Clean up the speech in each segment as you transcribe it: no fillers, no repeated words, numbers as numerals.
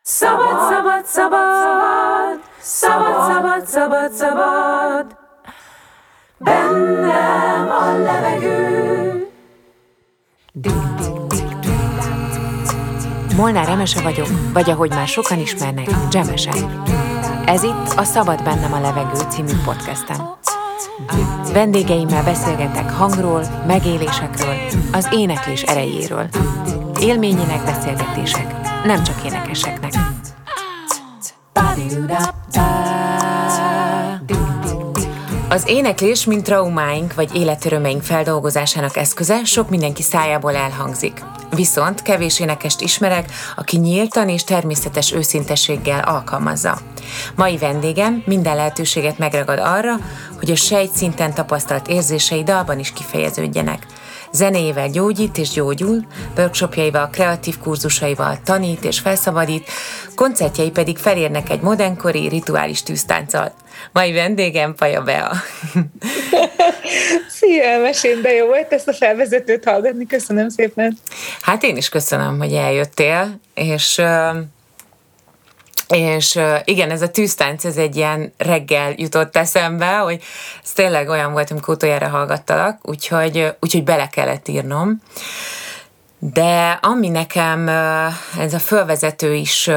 Szabad, szabad, szabad, szabad, szabad, szabad, szabad, bennem a levegő. Molnár Emese vagyok, vagy ahogy már sokan ismernek, Dzsemese. Ez itt a Szabad bennem a levegő című podcastem. Vendégeimmel beszélgetek hangról, megélésekről, az éneklés erejéről. Élményének beszélgetések, nem csak énekeseknek. Az éneklés, mint traumáink vagy életörömeink feldolgozásának eszköze, sok mindenki szájából elhangzik. Viszont kevés énekest ismerek, aki nyíltan és természetes őszintességgel alkalmazza. Mai vendégem minden lehetőséget megragad arra, hogy a sejtszinten tapasztalt érzései dalban is kifejeződjenek. Zenéjével gyógyít és gyógyul, workshopjaival, kreatív kurzusaival tanít és felszabadít, koncertjei pedig felérnek egy modernkori rituális tűztánccal. Mai vendégem Paja Bea. Szia, Elmesén, de jó volt ezt a felvezetőt hallgatni, köszönöm szépen. Hát én is köszönöm, hogy eljöttél, és igen, ez a tűztánc, ez egy ilyen reggel jutott eszembe, hogy ez tényleg olyan volt, amikor utoljára hallgattalak, úgyhogy bele kellett írnom. De ami nekem ez a fölvezető is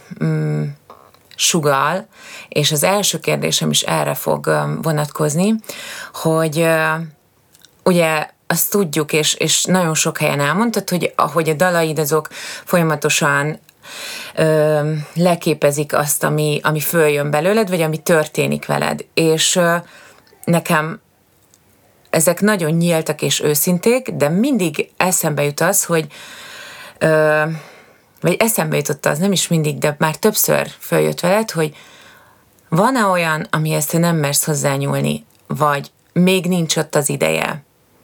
sugall, és az első kérdésem is erre fog vonatkozni, hogy ugye azt tudjuk, és nagyon sok helyen elmondtad, hogy ahogy a dalaid azok folyamatosan leképezik azt, ami följön belőled, vagy ami történik veled. És nekem ezek nagyon nyíltak és őszinték, de mindig eszembe jut az, hogy vagy eszembe jutott az, nem is mindig, de már többször följött veled, hogy van-e olyan, amihez te nem mersz hozzányúlni, vagy még nincs ott az ideje?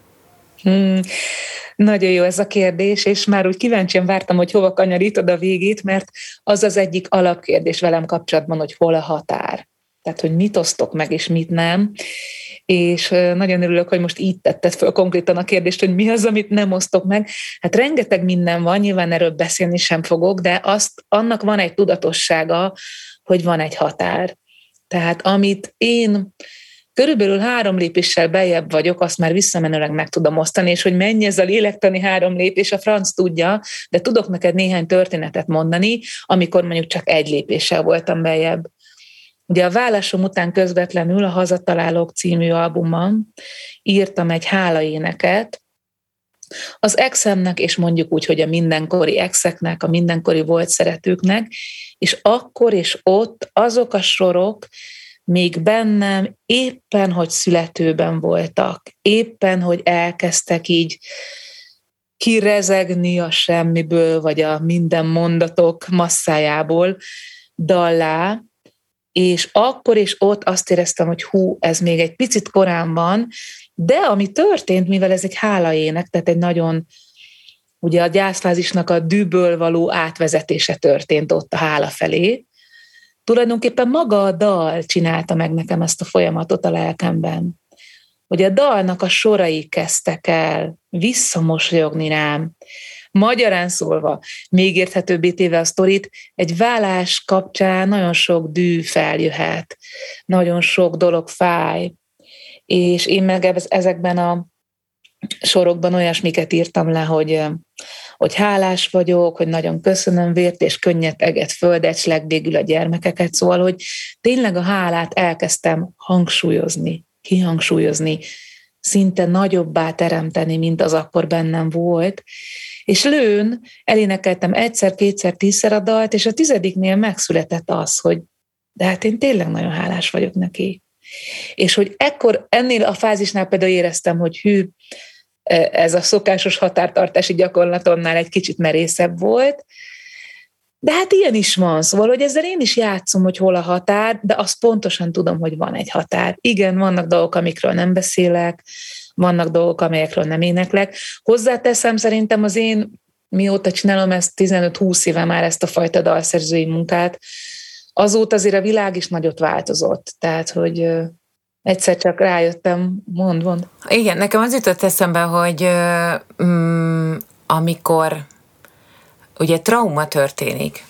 Nagyon jó ez a kérdés, és már úgy kíváncsian vártam, hogy hova kanyarítod a végét, mert az az egyik alapkérdés velem kapcsolatban, hogy hol a határ. Tehát, hogy mit osztok meg, és mit nem. És nagyon örülök, hogy most így tetted föl konkrétan a kérdést, hogy mi az, amit nem osztok meg. Hát rengeteg minden van, nyilván erről beszélni sem fogok, de annak van egy tudatossága, hogy van egy határ. Tehát amit én körülbelül 3 lépéssel beljebb vagyok, azt már visszamenőleg meg tudom osztani, és hogy mennyi ez a lélektani 3 lépés, a franc tudja, de tudok neked néhány történetet mondani, amikor mondjuk csak 1 lépéssel voltam beljebb. Ugye a vállásom után közvetlenül a Hazatalálók című albumon írtam egy hálaéneket az exemnek, és mondjuk úgy, hogy a mindenkori exeknek, a mindenkori volt szeretőknek, és akkor és ott azok a sorok még bennem éppen, hogy születőben voltak, éppen, hogy elkezdtek így kirezegni a semmiből, vagy a minden mondatok masszájából dallá, és akkor és ott azt éreztem, hogy ez még egy picit korán van, de ami történt, mivel ez egy hálaének, tehát egy nagyon, ugye a gyászfázisnak a dűből való átvezetése történt ott a hála felé, tulajdonképpen maga a dal csinálta meg nekem ezt a folyamatot a lelkemben. Hogy a dalnak a sorai kezdtek el visszamosolyogni rám. Magyarán szólva, még érthetőbbé téve a sztorit, egy vállás kapcsán nagyon sok dű feljöhet, nagyon sok dolog fáj, és én meg ezekben a sorokban olyasmiket írtam le, hogy hálás vagyok, hogy nagyon köszönöm vért és könnyet eget földet, s legvégül a gyermekeket, szóval, hogy tényleg a hálát elkezdtem hangsúlyozni, kihangsúlyozni, szinte nagyobbá teremteni, mint az akkor bennem volt, és lőn elénekeltem 1-szer, 2-szer, 10-szer a dalt, és a 10-nél megszületett az, hogy de hát én tényleg nagyon hálás vagyok neki. És hogy ekkor ennél a fázisnál például éreztem, hogy ez a szokásos határtartási gyakorlatomnál egy kicsit merészebb volt, de hát ilyen is van, szóval, hogy ezzel én is játszom, hogy hol a határ, de azt pontosan tudom, hogy van egy határ. Igen, vannak dolgok, amikről nem beszélek, vannak dolgok, amelyekről nem éneklek. Hozzáteszem, szerintem az én, mióta csinálom ezt 15-20 éve már ezt a fajta dalszerzői munkát, azóta azért a világ is nagyot változott. Tehát, hogy egyszer csak rájöttem, mond. Igen, nekem az jutott eszembe, hogy amikor ugye trauma történik,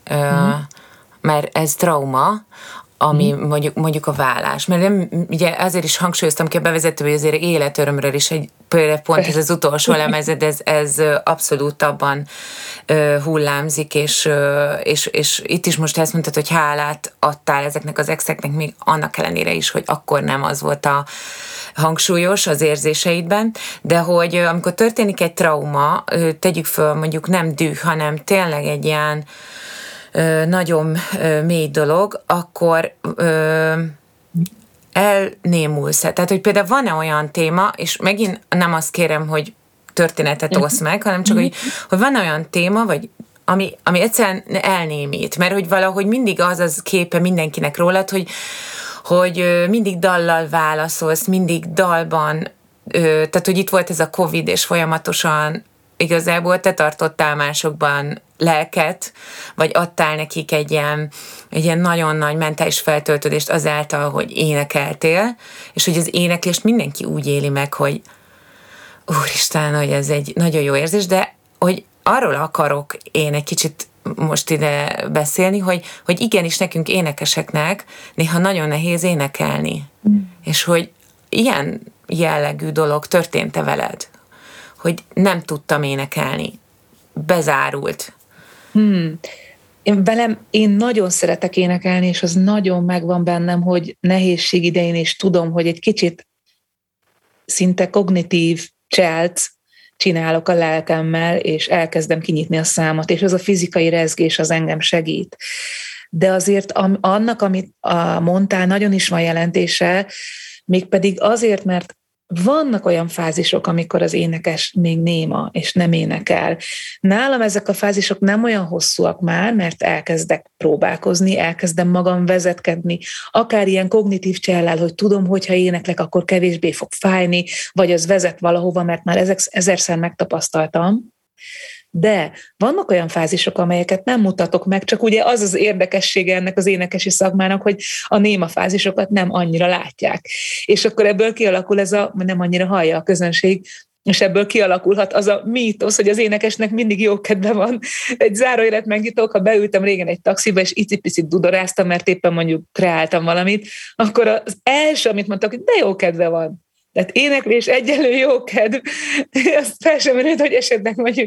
mert ez trauma, ami mondjuk a vállás. Mert nem, ugye azért is hangsúlyoztam ki a bevezetőben, hogy azért életörömről is pont ez az utolsó lemezed, ez abszolút abban hullámzik, és itt is most ezt mondtad, hogy hálát adtál ezeknek az exeknek, még annak ellenére is, hogy akkor nem az volt a hangsúlyos az érzéseidben, de hogy amikor történik egy trauma, tegyük föl mondjuk nem düh, hanem tényleg egy ilyen nagyon mély dolog, akkor elnémulsz. Tehát, hogy például van-e olyan téma, és megint nem azt kérem, hogy történetet osz meg, hanem csak, hogy van olyan téma, vagy ami egyszerűen elnémít, mert hogy valahogy mindig az képe mindenkinek rólad, hogy mindig dallal válaszolsz, mindig dalban, tehát, hogy itt volt ez a Covid, és folyamatosan igazából te tartottál másokban lelket, vagy adtál nekik egy ilyen nagyon nagy mentális feltöltődést azáltal, hogy énekeltél, és hogy az éneklést mindenki úgy éli meg, hogy úristen, hogy ez egy nagyon jó érzés, de hogy arról akarok én egy kicsit most ide beszélni, hogy igenis nekünk énekeseknek néha nagyon nehéz énekelni. És hogy ilyen jellegű dolog történt-e veled? Hogy nem tudtam énekelni. Bezárult. Én nagyon szeretek énekelni, és az nagyon megvan bennem, hogy nehézség idején is tudom, hogy egy kicsit szinte kognitív cselc csinálok a lelkemmel, és elkezdem kinyitni a számat, és az a fizikai rezgés az engem segít. De azért annak, amit mondtál, nagyon is van jelentése, mégpedig azért, mert vannak olyan fázisok, amikor az énekes még néma, és nem énekel. Nálam ezek a fázisok nem olyan hosszúak már, mert elkezdek próbálkozni, elkezdem magam vezetkedni, akár ilyen kognitív csellel, hogy tudom, hogyha éneklek, akkor kevésbé fog fájni, vagy az vezet valahova, mert már ezerszer megtapasztaltam. De vannak olyan fázisok, amelyeket nem mutatok meg, csak ugye az az érdekessége ennek az énekesi szakmának, hogy a néma fázisokat nem annyira látják. És akkor ebből kialakul nem annyira hallja a közönség, és ebből kialakulhat az a mítosz, hogy az énekesnek mindig jó kedve van. Egy zárójelet megnyitok, ha beültem régen egy taxiba, és icipicit dudoráztam, mert éppen mondjuk kreáltam valamit, akkor az első, amit mondtak, hogy de jó kedve van. Tehát éneklés egyenlő jókedv, azt fel sem merült, hogy esetleg mondjuk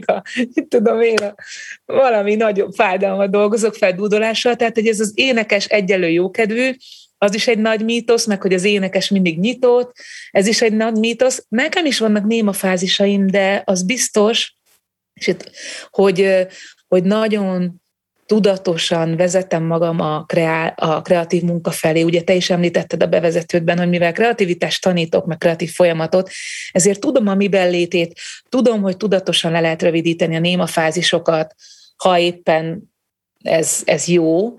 valami nagyobb fájdalmat dolgozok fel dúdolással, tehát hogy ez az énekes egyenlő jókedvű, az is egy nagy mítosz, meg hogy az énekes mindig nyitott, ez is egy nagy mítosz. Nekem is vannak néma fázisaim, de az biztos, hogy nagyon tudatosan vezetem magam a kreatív munka felé. Ugye te is említetted a bevezetődben, hogy mivel kreativitást tanítok, meg kreatív folyamatot, ezért tudom a miben létét, tudom, hogy tudatosan le lehet rövidíteni a néma fázisokat, ha éppen ez jó,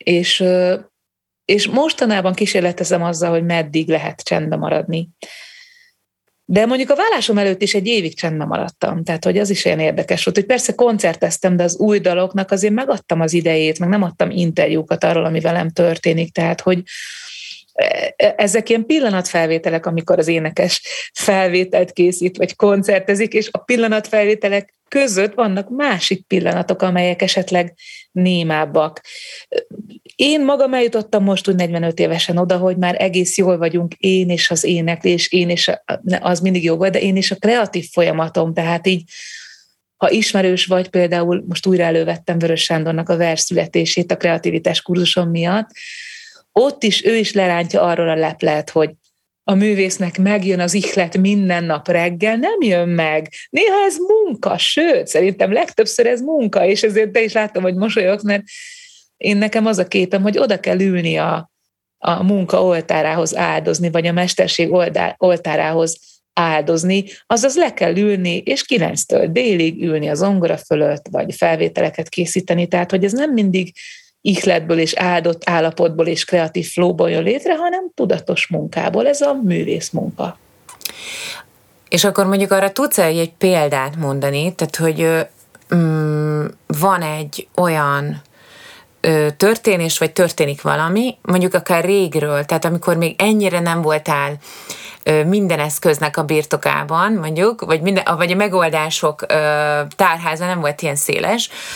és mostanában kísérletezem azzal, hogy meddig lehet csendben maradni. De mondjuk a vállásom előtt is egy évig csendben maradtam, tehát hogy az is olyan érdekes volt, hogy persze koncerteztem, de az új daloknak azért megadtam az idejét, meg nem adtam interjúkat arról, ami velem történik, tehát hogy ezek ilyen pillanatfelvételek, amikor az énekes felvételt készít, vagy koncertezik, és a pillanatfelvételek között vannak másik pillanatok, amelyek esetleg némábbak. Én magam eljutottam most úgy 45 évesen oda, hogy már egész jól vagyunk, én és az éneklés, az mindig jó volt, de én is a kreatív folyamatom, tehát így, ha ismerős vagy, például most újra elővettem Vörös Sándornak a versszületését a kreativitás kurzusom miatt, ott is ő is lerántja arról a leplet, hogy a művésznek megjön az ihlet minden nap reggel, nem jön meg. Néha ez munka, sőt, szerintem legtöbbször ez munka, és ezért te is láttam, hogy mosolyogsz, mert nekem az a képem, hogy oda kell ülni a munka oltárához áldozni, vagy a mesterség oltárához áldozni, azaz le kell ülni, és 9-től délig ülni a zongora fölött, vagy felvételeket készíteni, tehát hogy ez nem mindig ihletből és áldott állapotból és kreatív flowból jön létre, hanem tudatos munkából. Ez a művész munka. És akkor mondjuk arra tudsz egy példát mondani, tehát hogy van egy olyan történés, vagy történik valami, mondjuk akár régről, tehát amikor még ennyire nem voltál minden eszköznek a birtokában, mondjuk, vagy a megoldások tárháza nem volt ilyen széles,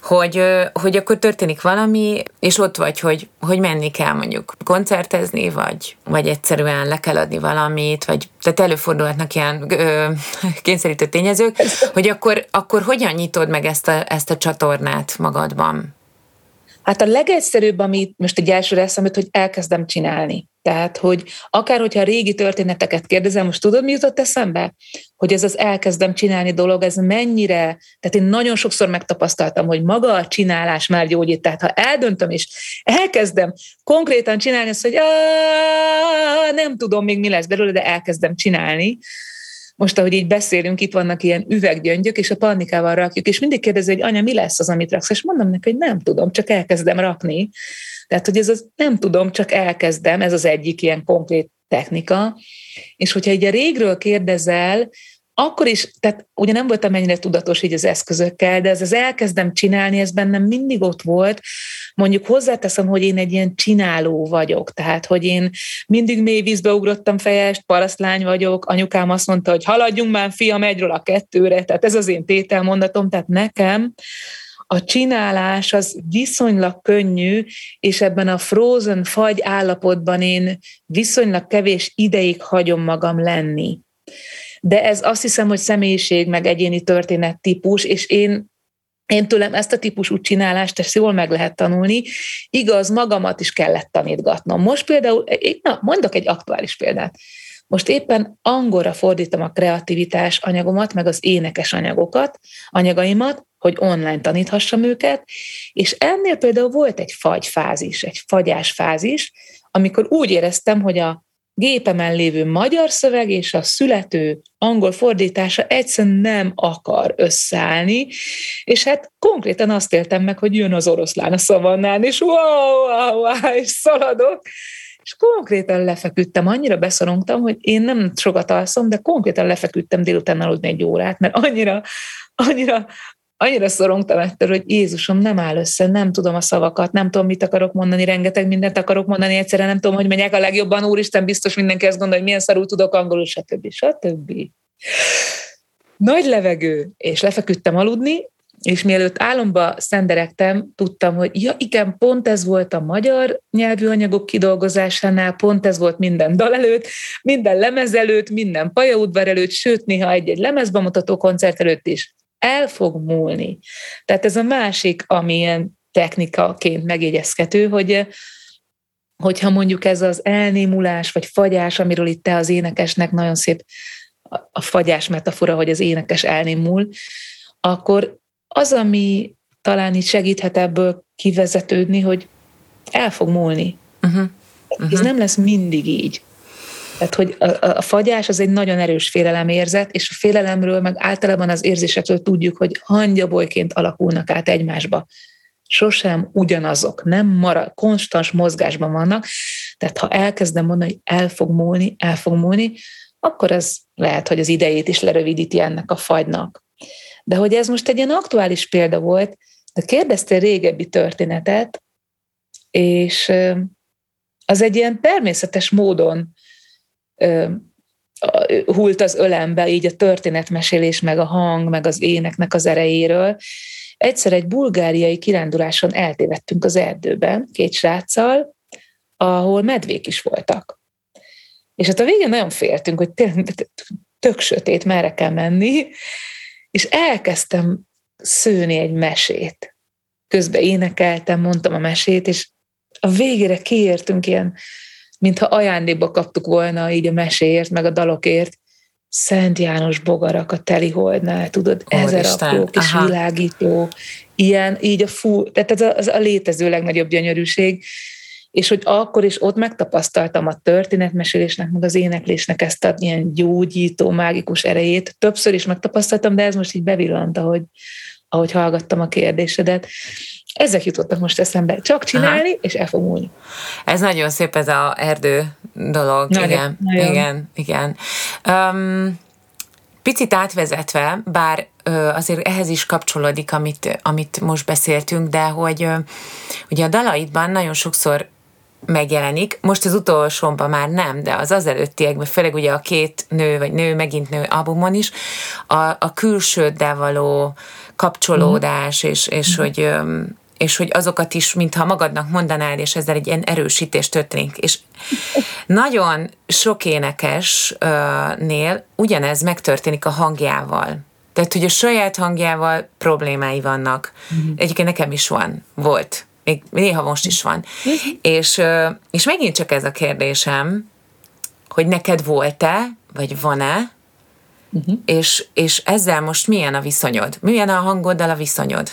hogy akkor történik valami, és ott vagy, hogy menni kell mondjuk koncertezni, vagy egyszerűen le kell adni valamit, vagy tehát előfordulhatnak ilyen kényszerítő tényezők, hogy akkor hogyan nyitod meg ezt a csatornát magadban? Hát a legegyszerűbb, ami most egy elsőre eszembe, hogy elkezdem csinálni. Tehát, hogy akár hogyha a régi történeteket kérdezem, most tudod, mi jutott eszembe? Hogy ez az elkezdem csinálni dolog, ez mennyire, tehát én nagyon sokszor megtapasztaltam, hogy maga a csinálás már gyógyít. Tehát ha eldöntöm és elkezdem konkrétan csinálni, azt, hogy nem tudom még mi lesz belőle, de elkezdem csinálni. Most, ahogy így beszélünk, itt vannak ilyen üveggyöngyök, és a pannikával rakjuk, és mindig kérdezi, hogy anya, mi lesz az, amit raksz? És mondom neki, hogy nem tudom, csak elkezdem rakni. Tehát, hogy ez az nem tudom, csak elkezdem, ez az egyik ilyen konkrét technika. És hogyha így a régről kérdezel, akkor is, tehát ugye nem voltam ennyire tudatos így az eszközökkel, de ez az elkezdem csinálni, ez bennem mindig ott volt. Mondjuk hozzáteszem, hogy én egy ilyen csináló vagyok, tehát hogy én mindig mély vízbe ugrottam fejest, parasztlány vagyok, anyukám azt mondta, hogy haladjunk már, fiam, 1-ről a 2-re, tehát ez az én tételmondatom, tehát nekem a csinálás az viszonylag könnyű, és ebben a frozen fagy állapotban én viszonylag kevés ideig hagyom magam lenni. De ez azt hiszem, hogy személyiség, meg egyéni történet típus, és én tőlem ezt a típusú csinálást ezt jól meg lehet tanulni. Igaz, magamat is kellett tanítgatnom. Most például, mondok egy aktuális példát. Most éppen angolra fordítom a kreativitás anyagomat, meg az énekes anyagaimat, hogy online taníthassam őket, és ennél például volt egy fagyfázis, egy fagyás fázis, amikor úgy éreztem, hogy a gépemen lévő magyar szöveg és a születő angol fordítása egyszerűen nem akar összeállni, és hát konkrétan azt éltem meg, hogy jön az oroszlán a szavannán, és wow, és szaladok, és konkrétan lefeküdtem, annyira beszorongtam, hogy én nem sokat alszom, de konkrétan lefeküdtem délután aludni 1 órát, mert annyira szorongtam ettől, hogy Jézusom, nem áll össze, nem tudom a szavakat, nem tudom, mit akarok mondani, rengeteg mindent akarok mondani, egyszerűen nem tudom, hogy megyek a legjobban, úristen, biztos mindenki azt gondolja, hogy milyen szarul tudok angolul, stb. Nagy levegő, és lefeküdtem aludni, és mielőtt álomba szenderegtem, tudtam, hogy ja igen, pont ez volt a magyar nyelvű anyagok kidolgozásánál, pont ez volt minden dal előtt, minden lemez előtt, minden pályaudvar előtt, sőt, néha egy lemezbemutató koncert előtt is. El fog múlni. Tehát ez a másik, ami ilyen technikaként megjegyezhető, hogyha mondjuk ez az elnémulás, vagy fagyás, amiről itt te az énekesnek nagyon szép a fagyás metafora, hogy az énekes elnémul, akkor az, ami talán így segíthet ebből kivezetődni, hogy el fog múlni. Ez nem lesz mindig így. Tehát, hogy a fagyás az egy nagyon erős félelemérzet, és a félelemről, meg általában az érzésekről tudjuk, hogy hangyabolyként alakulnak át egymásba. Sosem ugyanazok, nem marad, konstans mozgásban vannak. Tehát, ha elkezdem mondani, hogy el fog múlni, akkor ez lehet, hogy az idejét is lerövidíti ennek a fagynak. De hogy ez most egy ilyen aktuális példa volt, de kérdeztél régebbi történetet, és az egy ilyen természetes módon hult az ölembe, így a történetmesélés, meg a hang, meg az éneknek az erejéről. Egyszer egy bulgáriai kiránduláson eltévedtünk az erdőben 2 sráccal, ahol medvék is voltak. És hát a végén nagyon féltünk, hogy tök sötét, merre kell menni, és elkezdtem szőni egy mesét. Közben énekeltem, mondtam a mesét, és a végére kiértünk ilyen, mintha ajándékba kaptuk volna így a meséért, meg a dalokért, Szent János bogarak a Teliholdnál, tudod, 1000 apró kis világító, ilyen, így tehát ez a létező legnagyobb gyönyörűség, és hogy akkor is ott megtapasztaltam a történetmesélésnek, meg az éneklésnek ezt a ilyen gyógyító, mágikus erejét. Többször is megtapasztaltam, de ez most így bevillant, ahogy hallgattam a kérdésedet. Ezek jutottak most eszembe. Csak csinálni, és el fog múlni. Ez nagyon szép, ez az erdő dolog. Nagyon. Igen. Picit átvezetve, bár azért ehhez is kapcsolódik, amit most beszéltünk, de hogy ugye a dalaidban nagyon sokszor megjelenik. Most az utolsómban már nem, de az előttiekben, főleg ugye a két nő, vagy nő, megint nő albumon is, a külsőddel való kapcsolódás, és hogy azokat is, mintha magadnak mondanád, és ezzel egy ilyen erősítés történik. És nagyon sok énekesnél ugyanez megtörténik a hangjával. Tehát, hogy a saját hangjával problémái vannak. Egyébként nekem is volt. Még néha most is van. És megint csak ez a kérdésem, hogy neked volt-e, vagy van-e, és ezzel most milyen a viszonyod? Milyen a hangoddal a viszonyod?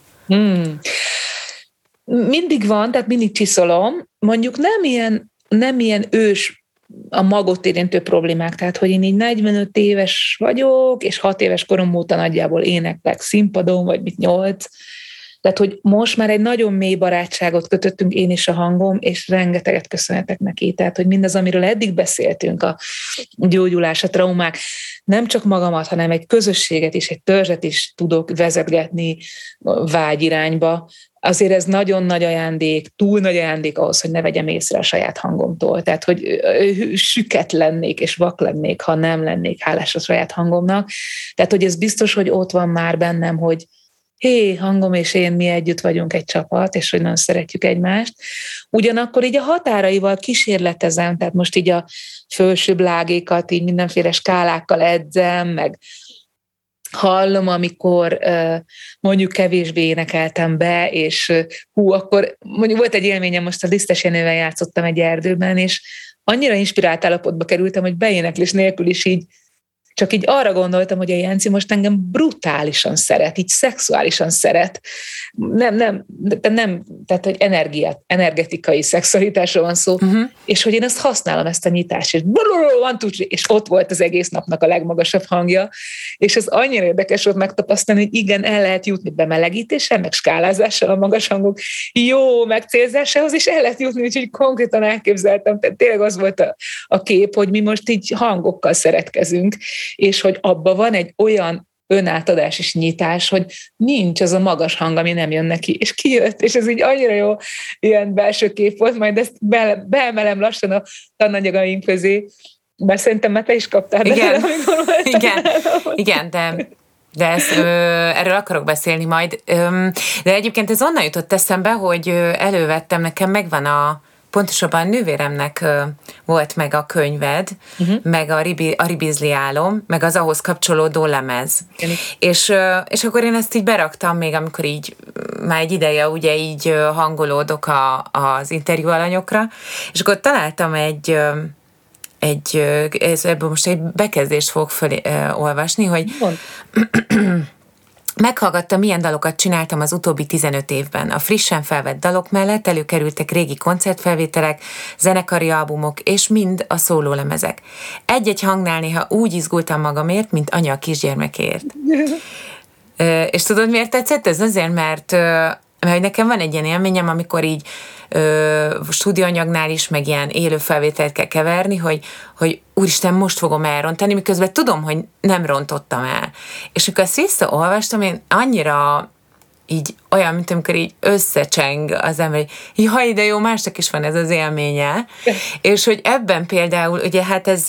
Mindig van, tehát mindig csiszolom. Mondjuk nem ilyen ős a magot érintő problémák, tehát hogy én így 45 éves vagyok, és 6 éves korom óta nagyjából éneklek színpadon, vagy 8. Tehát, hogy most már egy nagyon mély barátságot kötöttünk én és a hangom, és rengeteget köszönhetek neki. Tehát, hogy mindaz, amiről eddig beszéltünk, a gyógyulás, a traumák, nem csak magamat, hanem egy közösséget is, egy törzset is tudok vezetgetni vágyirányba. Azért ez nagyon nagy ajándék, túl nagy ajándék ahhoz, hogy ne vegyem észre a saját hangomtól. Tehát, hogy süket lennék és vak lennék, ha nem lennék hálás a saját hangomnak. Tehát, hogy ez biztos, hogy ott van már bennem, hogy hangom és én, mi együtt vagyunk egy csapat, és hogy nagyon szeretjük egymást. Ugyanakkor így a határaival kísérletezem, tehát most így a felsőbb lágékat így mindenféle skálákkal edzem, meg hallom, amikor mondjuk kevésbé énekeltem be, és akkor mondjuk volt egy élményem, most a Lisztes Jenővel játszottam egy erdőben, és annyira inspirált állapotba kerültem, hogy beéneklés nélkül is így csak így arra gondoltam, hogy a Jenci most engem brutálisan szeret, így szexuálisan szeret. Nem, tehát hogy energetikai szexualitásról van szó, és hogy én ezt használom, ezt a nyitást, és ott volt az egész napnak a legmagasabb hangja, és ez annyira érdekes volt megtapasztalni, hogy igen, el lehet jutni bemelegítéssel, meg skálázással a magas hangok jó megcélzásához, és el lehet jutni, úgyhogy konkrétan elképzeltem, tehát tényleg az volt a kép, hogy mi most így hangokkal szeretkezünk, és hogy abban van egy olyan önátadás és nyitás, hogy nincs az a magas hang, ami nem jön neki, és kijött, és ez így annyira jó ilyen belső kép volt, majd ezt beemelem lassan a tananyagaim közé, bár szerintem már te is kaptál. Igen, de erről akarok beszélni majd. De egyébként ez onnan jutott eszembe, hogy elővettem, nekem megvan pontosabban a nővéremnek volt meg a könyved, meg a Ribizli álom, meg az ahhoz kapcsolódó lemez. És akkor én ezt így beraktam még, amikor így már egy ideje ugye így hangolódok az interjú alanyokra, és akkor találtam ebből most egy bekezdést fogok olvasni, hogy meghallgattam, milyen dalokat csináltam az utóbbi 15 évben. A frissen felvett dalok mellett előkerültek régi koncertfelvételek, zenekari albumok, és mind a szólólemezek. Egy-egy hangnál néha úgy izgultam magamért, mint anya a kisgyermekért. És tudod, miért tetszett? Ez azért, mert nekem van egy ilyen élményem, amikor így stúdióanyagnál is, meg ilyen élő felvételt kell keverni, hogy úristen, most fogom elrontani, miközben tudom, hogy nem rontottam el. És amikor ezt visszaolvastam, én annyira így olyan, mint amikor így összecseng az ember, hogy jaj, de jó, másnak is van ez az élménye. És hogy ebben például, ugye hát ez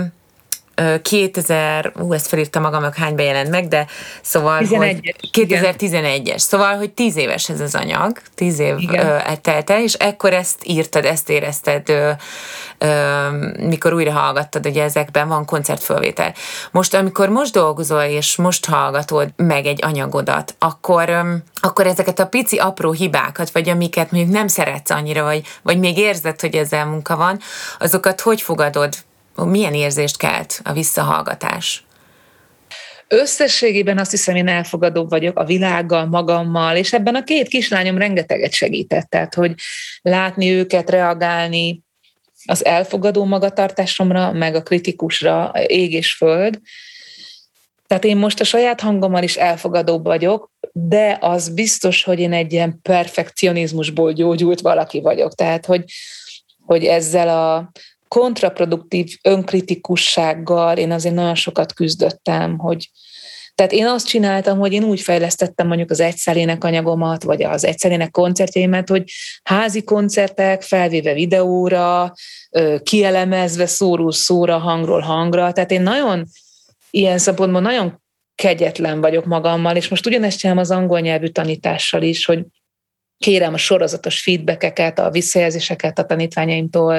2000, ezt felírtam magamnak, hányba jelent meg, de szóval, 2011-es. Szóval, hogy 10 éves ez az anyag, 10 év eltelte, és ekkor ezt írtad, ezt érezted, mikor újra hallgattad, ugye ezekben van koncertfölvétel. Most, amikor most dolgozol, és most hallgatod meg egy anyagodat, akkor ezeket a pici apró hibákat, vagy amiket mondjuk nem szeretsz annyira, vagy még érzed, hogy ezzel munka van, azokat hogy fogadod? Milyen érzést kelt a visszahallgatás? Összességében azt hiszem, én elfogadóbb vagyok a világgal, magammal, és ebben a két kislányom rengeteget segített, tehát, hogy látni őket, reagálni az elfogadó magatartásomra, meg a kritikusra, ég és föld. Tehát én most a saját hangommal is elfogadóbb vagyok, de az biztos, hogy én egy ilyen perfekcionizmusból gyógyult valaki vagyok. Tehát, hogy ezzel a kontraproduktív önkritikussággal én azért nagyon sokat küzdöttem, hogy Tehát én azt csináltam, hogy én úgy fejlesztettem mondjuk az egyszelének anyagomat, vagy az egyszelének koncertjeimet, hogy házi koncertek, felvéve videóra, kielemezve szóról szóra, hangról hangra. Tehát én nagyon, ilyen szempontból nagyon kegyetlen vagyok magammal, és most ugyanezt csinálom az angol nyelvű tanítással is, hogy kérem a sorozatos feedbackeket, a visszajelzéseket a tanítványaimtól,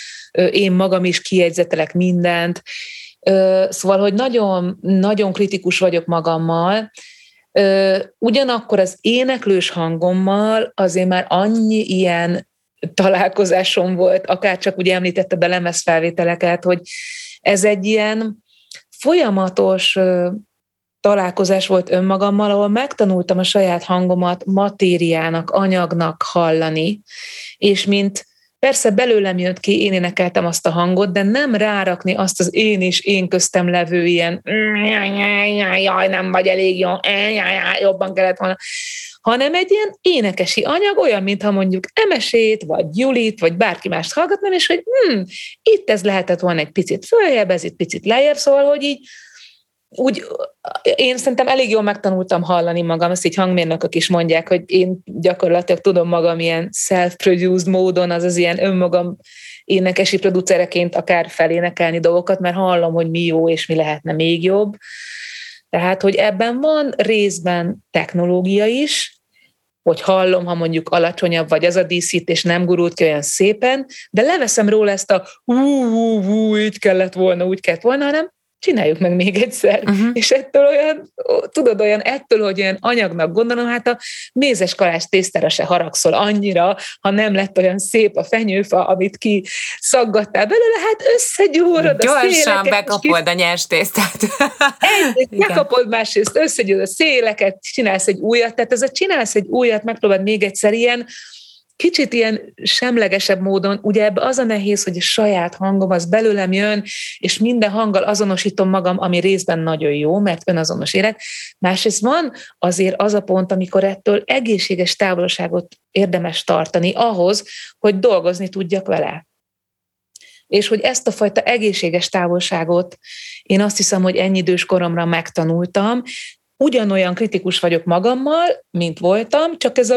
én magam is kijegyzetelek mindent, szóval, hogy nagyon, nagyon kritikus vagyok magammal, ugyanakkor az éneklős hangommal azért már annyi ilyen találkozásom volt, akár csak ugye említetted a lemezfelvételeket, hogy ez egy ilyen folyamatos találkozás volt önmagammal, ahol megtanultam a saját hangomat matériának, anyagnak hallani, és mint persze belőlem jött ki, én énekeltem azt a hangot, de nem rárakni azt az én és én köztem levő ilyen jaj, nem vagy elég jó, jobban kellett volna, hanem egy ilyen énekesi anyag, olyan, mintha mondjuk Emesét, vagy Julit, vagy bárki mást hallgatnám, és hogy itt ez lehetett volna egy picit följebb, ez itt picit lejjebb, szóval, hogy így úgy, én szerintem elég jól megtanultam hallani magam, ezt így hangmérnökök is mondják, hogy én gyakorlatilag tudom magam ilyen self-produced módon, azaz ilyen önmagam énekesi producereként akár felénekelni dolgokat, mert hallom, hogy mi jó és mi lehetne még jobb. Tehát, hogy ebben van részben technológia is, hogy hallom, ha mondjuk alacsonyabb vagy az a díszítés nem gurult ki olyan szépen, de leveszem róla ezt a így kellett volna, úgy kellett volna, hanem csináljuk meg még egyszer. És ettől olyan, tudod, ettől, hogy olyan anyagnak gondolom, hát a mézes kalács tésztára se haragszol annyira, ha nem lett olyan szép a fenyőfa, amit ki szaggattál belőle, hát összegyúrod a széleket. Gyorsan bekapod a nyers tésztát. Bekapod, másrészt összegyúrod a széleket, csinálsz egy újat, tehát ez a csinálsz egy újat, megpróbáld még egyszer ilyen, kicsit ilyen semlegesebb módon, ugye ebben az a nehéz, hogy a saját hangom az belőlem jön, és minden hanggal azonosítom magam, ami részben nagyon jó, mert önazonos élek. Másrészt van azért az a pont, amikor ettől egészséges távolságot érdemes tartani ahhoz, hogy dolgozni tudjak vele. És hogy ezt a fajta egészséges távolságot én azt hiszem, hogy ennyi idős koromra megtanultam, ugyanolyan kritikus vagyok magammal, mint voltam, csak ez a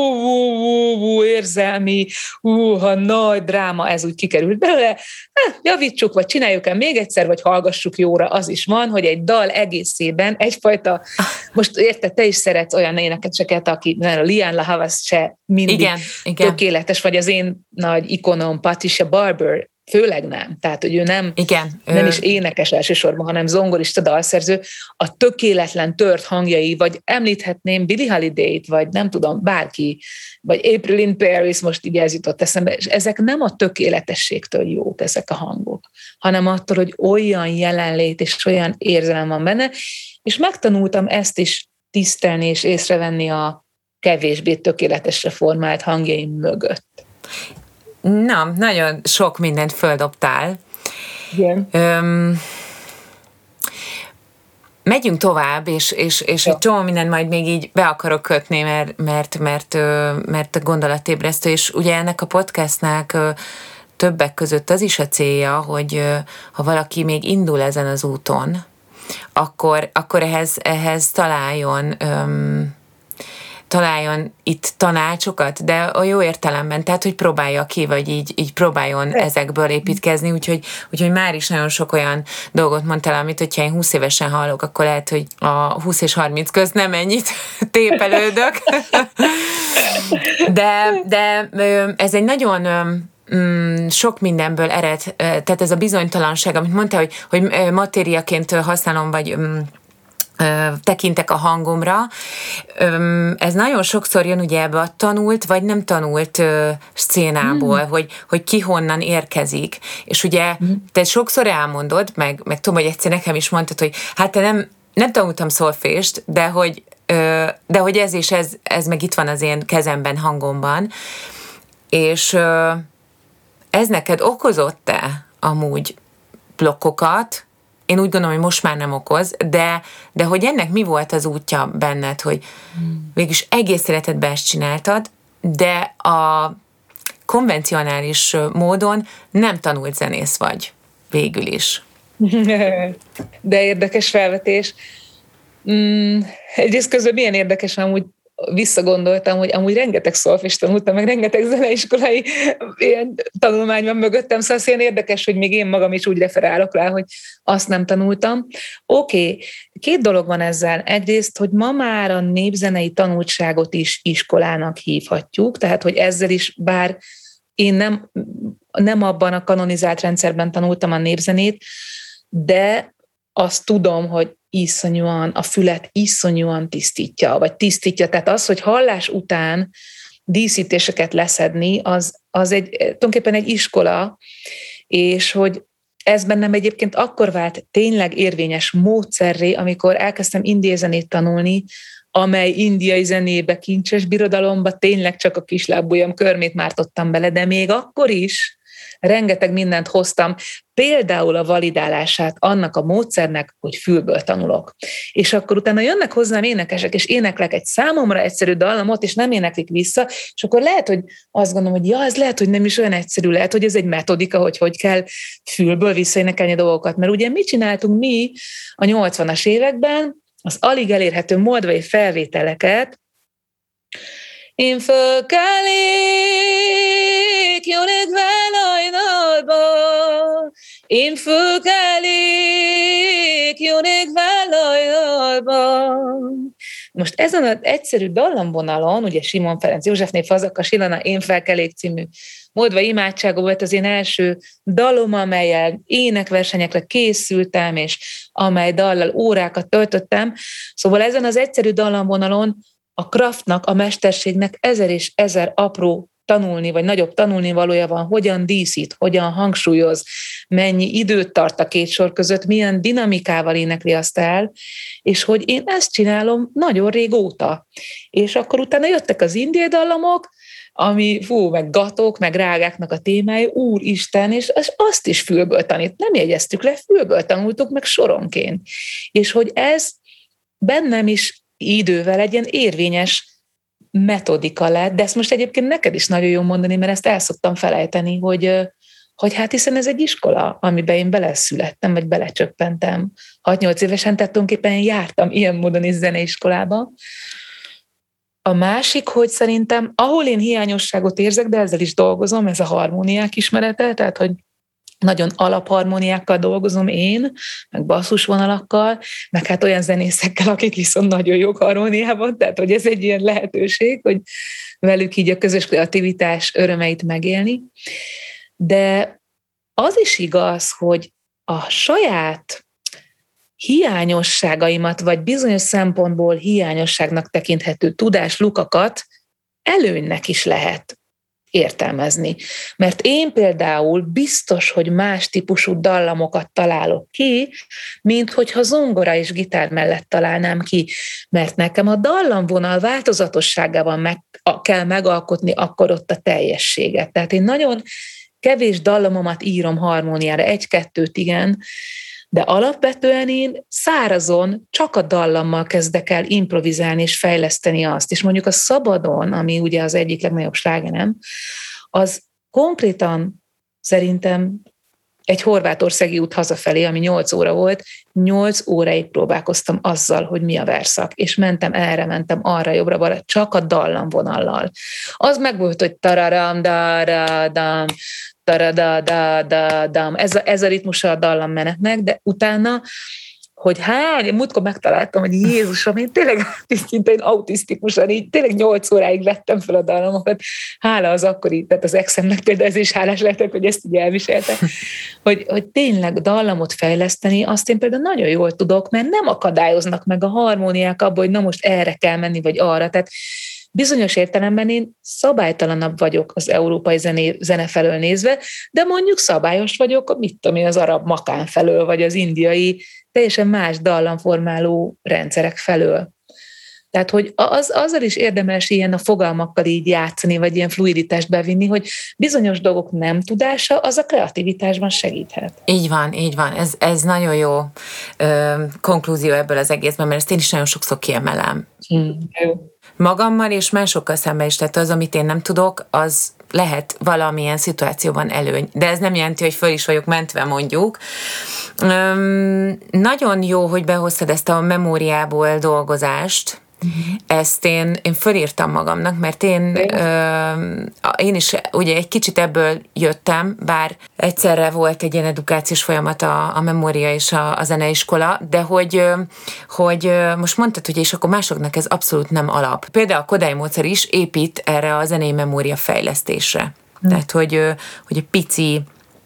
érzelmi, ha nagy dráma, ez úgy kikerült belőle, javítsuk, vagy csináljuk el még egyszer, vagy hallgassuk jóra, az is van, hogy egy dal egészében egyfajta, most érted, te is szeretsz olyan énekeseket, aki a Lianne La Havas se mindig igen. Tökéletes, vagy az én nagy ikonom Patricia Barber, főleg nem. Tehát, hogy ő nem is énekes elsősorban, hanem zongorista, dalszerző. A tökéletlen tört hangjai, vagy említhetném Billie Holiday-t, vagy nem tudom, bárki, vagy April in Paris, most így ez jutott eszembe, és ezek nem a tökéletességtől jók, ezek a hangok, hanem attól, hogy olyan jelenlét és olyan érzelem van benne, és megtanultam ezt is tisztelni és észrevenni a kevésbé tökéletesre formált hangjaim mögött. Na, nagyon sok mindent földobtál. Igen. Megyünk tovább, és egy csomó mindent majd még így be akarok kötni, mert gondolatébresztő, és ugye ennek a podcastnak többek között az is a célja, hogy ha valaki még indul ezen az úton, akkor ehhez találjon itt tanácsokat, de a jó értelemben, tehát, hogy próbálja ki, vagy így próbáljon ezekből építkezni, úgyhogy már is nagyon sok olyan dolgot mondtál, amit, hogyha én 20 évesen hallok, akkor lehet, hogy a 20 és 30 közt nem ennyit tépelődök. De ez egy nagyon sok mindenből ered, tehát ez a bizonytalanság, amit mondtál, hogy matériaként használom, vagy tekintek a hangomra. Ez nagyon sokszor jön ugye ebbe a tanult vagy nem tanult szcénából, hogy ki honnan érkezik. És ugye te sokszor elmondod, meg tudom, hogy egyszer nekem is mondtad, hogy hát te nem tanultam szolfést, de hogy ez és ez meg itt van az én kezemben, hangomban. És ez neked okozott-e amúgy blokkokat? Én úgy gondolom, hogy most már nem okoz, de hogy ennek mi volt az útja benned, hogy végülis egész életedben ezt csináltad, de a konvencionális módon nem tanult zenész vagy végül is. De érdekes felvetés. Egyrészt közben milyen érdekes, amúgy visszagondoltam, hogy amúgy rengeteg szolfést tanultam, meg rengeteg zeneiskolai ilyen tanulmány van mögöttem, szóval az ilyen érdekes, hogy még én magam is úgy referálok rá, hogy azt nem tanultam. Oké, két dolog van ezzel. Egyrészt, hogy ma már a népzenei tanultságot is iskolának hívhatjuk, tehát, hogy ezzel is, bár én nem abban a kanonizált rendszerben tanultam a népzenét, de azt tudom, hogy iszonyúan, a fület iszonyúan tisztítja. Tehát az, hogy hallás után díszítéseket leszedni, az tulajdonképpen egy iskola, és hogy ez bennem egyébként akkor vált tényleg érvényes módszerré, amikor elkezdtem indiai zenét tanulni, amely indiai zenébe, kincses birodalomba tényleg csak a kislábujjam körmét mártottam bele, de még akkor is rengeteg mindent hoztam, például a validálását annak a módszernek, hogy fülből tanulok. És akkor utána jönnek hozzám énekesek, és éneklek egy számomra egyszerű dallamot, és nem éneklik vissza, és akkor lehet, hogy azt gondolom, hogy ez lehet, hogy nem is olyan egyszerű, lehet, hogy ez egy metodika, hogy kell fülből visszaénekelni dolgokat. Mert ugye mit csináltunk mi a 80-as években, az alig elérhető moldvai felvételeket, én fölkelék, jönnek hajnalba, én fölkelék, jönnek hajnalba. Most ezen az egyszerű dallamvonalon, ugye Simon Ferenc Józsefné Fazekas Ilona Én felkelék című moldvai imádsága volt az én első dalom, amellyel énekversenyekre készültem, és amely dallal órákat töltöttem. Szóval ezen az egyszerű dallamvonalon a craftnak, a mesterségnek ezer és ezer apró tanulni, vagy nagyobb tanulnivalója van, hogyan díszít, hogyan hangsúlyoz, mennyi időt tart a két sor között, milyen dinamikával énekli azt el, és hogy én ezt csinálom nagyon régóta. És akkor utána jöttek az indiai dallamok, ami, meg gatok, meg rágáknak a témája, úristen, és azt is fülből tanít. Nem jegyeztük le, fülből tanultuk meg soronként. És hogy ez bennem is idővel egy ilyen érvényes metodika lett, de ezt most egyébként neked is nagyon jó mondani, mert ezt el szoktam felejteni, hogy hát hiszen ez egy iskola, amiben én beleszülettem, vagy belecsöppentem. 6-8 évesen, tehát tulajdonképpen jártam ilyen módon is zeneiskolába. A másik, hogy szerintem, ahol én hiányosságot érzek, de ezzel is dolgozom, ez a harmóniák ismerete, tehát hogy nagyon alapharmóniákkal dolgozom én, meg basszusvonalakkal, meg hát olyan zenészekkel, akik viszont nagyon jók harmóniában, tehát hogy ez egy ilyen lehetőség, hogy velük így a közös kreativitás örömeit megélni. De az is igaz, hogy a saját hiányosságaimat, vagy bizonyos szempontból hiányosságnak tekinthető tudáslukakat előnynek is lehet értelmezni. Mert én például biztos, hogy más típusú dallamokat találok ki, mint hogyha zongora és gitár mellett találnám ki. Mert nekem a dallamvonal változatosságában kell megalkotni akkor ott a teljességet. Tehát én nagyon kevés dallamomat írom harmóniára, 1-2 igen, de alapvetően én szárazon csak a dallammal kezdek el improvizálni és fejleszteni azt. És mondjuk a Szabadon, ami ugye az egyik legnagyobb slágerem, az konkrétan szerintem egy horvátországi út hazafelé, ami 8 óra volt, 8 óráig próbálkoztam azzal, hogy mi a verszak, és mentem erre, mentem arra, jobbra-balra, csak a dallamvonallal. Az meg volt, hogy tararam, daradam, taradadadadam, ez a ritmusa a dallammenetnek, de utána, hogy múltkor megtaláltam, hogy Jézusom, én tényleg szintén autisztikusan, így tényleg 8 óráig vettem fel a dallamokat, hála az akkori, tehát az exemnek például ez is hálás lettek, hogy ezt így elviselte, hogy tényleg dallamot fejleszteni, azt én például nagyon jól tudok, mert nem akadályoznak meg a harmóniák abban, hogy na most erre kell menni, vagy arra, tehát bizonyos értelemben én szabálytalanabb vagyok az európai zene felől nézve, de mondjuk szabályos vagyok, mit tudom én, az arab makán felől, vagy az indiai teljesen más dallamformáló rendszerek felől. Tehát, hogy azzal is érdemes ilyen a fogalmakkal így játszani, vagy ilyen fluiditást bevinni, hogy bizonyos dolgok nem tudása, az a kreativitásban segíthet. Így van. Ez nagyon jó konklúzió ebből az egészben, mert ezt én is nagyon sokszor kiemelem. Jó. Magammal és másokkal szemben is, tehát az, amit én nem tudok, az lehet valamilyen szituációban előny. De ez nem jelenti, hogy föl is vagyok mentve, mondjuk. Nagyon jó, hogy behoztad ezt a memóriából dolgozást. Ezt én fölírtam magamnak, mert én is ugye egy kicsit ebből jöttem, bár egyszerre volt egy ilyen edukációs folyamat a memória és a zeneiskola, de hogy most mondtad, hogy és akkor másoknak ez abszolút nem alap. Például a Kodály módszer is épít erre a zenei memória fejlesztésre. Tehát, hogy egy pici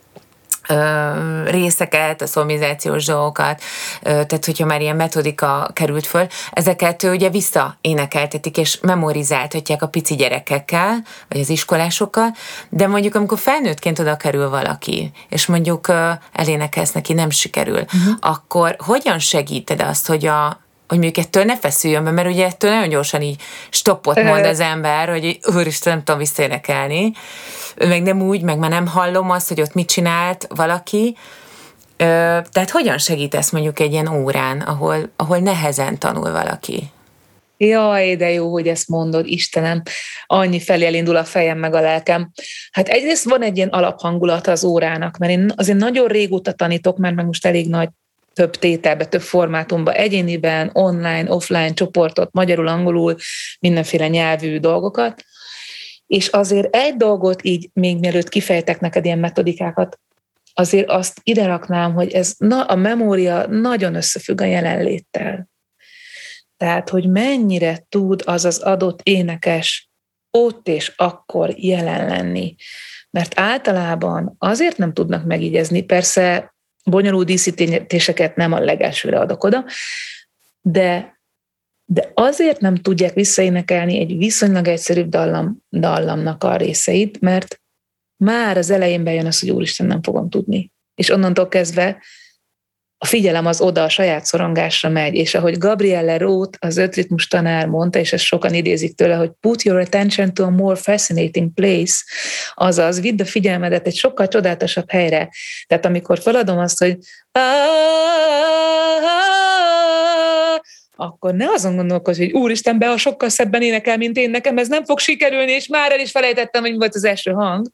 részeket, a szolmizációs dolgokat, tehát hogyha már ilyen metodika került föl, ezeket ugye visszaénekeltetik és memorizáltatják a pici gyerekekkel, vagy az iskolásokkal, de mondjuk amikor felnőttként oda kerül valaki, és mondjuk elénekelsz neki, nem sikerül, akkor hogyan segíted azt, hogy mondjuk ettől ne feszüljön be, mert ugye ettől nagyon gyorsan így stoppot mond az ember, hogy úristen, nem tudom visszaénekelni, meg nem úgy, meg már nem hallom azt, hogy ott mit csinált valaki. Tehát hogyan segítesz mondjuk egy ilyen órán, ahol nehezen tanul valaki? Jaj, de jó, hogy ezt mondod, Istenem, annyi felé elindul a fejem meg a lelkem. Hát egyrészt van egy ilyen alaphangulata az órának, mert én azért nagyon régóta tanítok, mert meg most elég nagy több tételbe, több formátumban, egyéniben, online, offline csoportot, magyarul, angolul, mindenféle nyelvű dolgokat. És azért egy dolgot így, még mielőtt kifejtek neked ilyen metodikákat, azért azt ide raknám, hogy a memória nagyon összefügg a jelenléttel. Tehát, hogy mennyire tud az az adott énekes ott és akkor jelen lenni. Mert általában azért nem tudnak megígyezni, persze bonyolult díszítéseket nem a legelsőre adok oda, de azért nem tudják visszaénekelni egy viszonylag egyszerűbb dallamnak a részeit, mert már az elején bejön az, hogy úristen, nem fogom tudni. És onnantól kezdve a figyelem az oda a saját szorongásra megy, és ahogy Gabriele Roth, az 5 ritmus tanár mondta, és ezt sokan idézik tőle, hogy put your attention to a more fascinating place, azaz vidd a figyelmedet egy sokkal csodálatosabb helyre. Tehát amikor feladom azt, hogy akkor ne azon gondolkozz, hogy úristen, Bea sokkal szebben énekel, mint én, nekem ez nem fog sikerülni, és már el is felejtettem, hogy volt az első hang,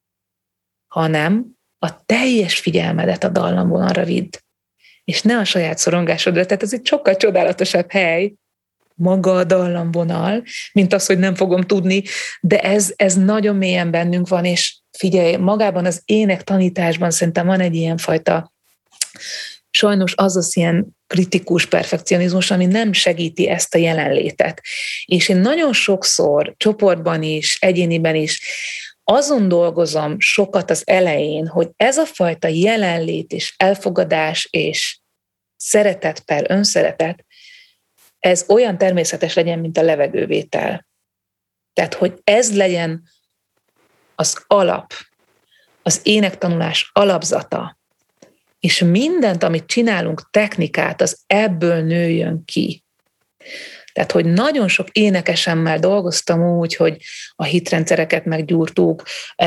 hanem a teljes figyelmedet a dallamvonalra vidd, és ne a saját szorongásodra. Tehát ez egy sokkal csodálatosabb hely, maga a dallamvonal, mint az, hogy nem fogom tudni, de ez nagyon mélyen bennünk van, és figyelj, magában az ének tanításban szerintem van egy ilyen fajta, sajnos az ilyen kritikus perfekcionizmus, ami nem segíti ezt a jelenlétet. És én nagyon sokszor, csoportban is, egyéniben is, azon dolgozom sokat az elején, hogy ez a fajta jelenlét és elfogadás és szeretet per önszeretet, ez olyan természetes legyen, mint a levegővétel. Tehát, hogy ez legyen az alap, az énektanulás alapzata, és mindent, amit csinálunk, technikát, az ebből nőjön ki. Tehát, hogy nagyon sok énekesemmel dolgoztam úgy, hogy a hitrendszereket meggyúrtuk,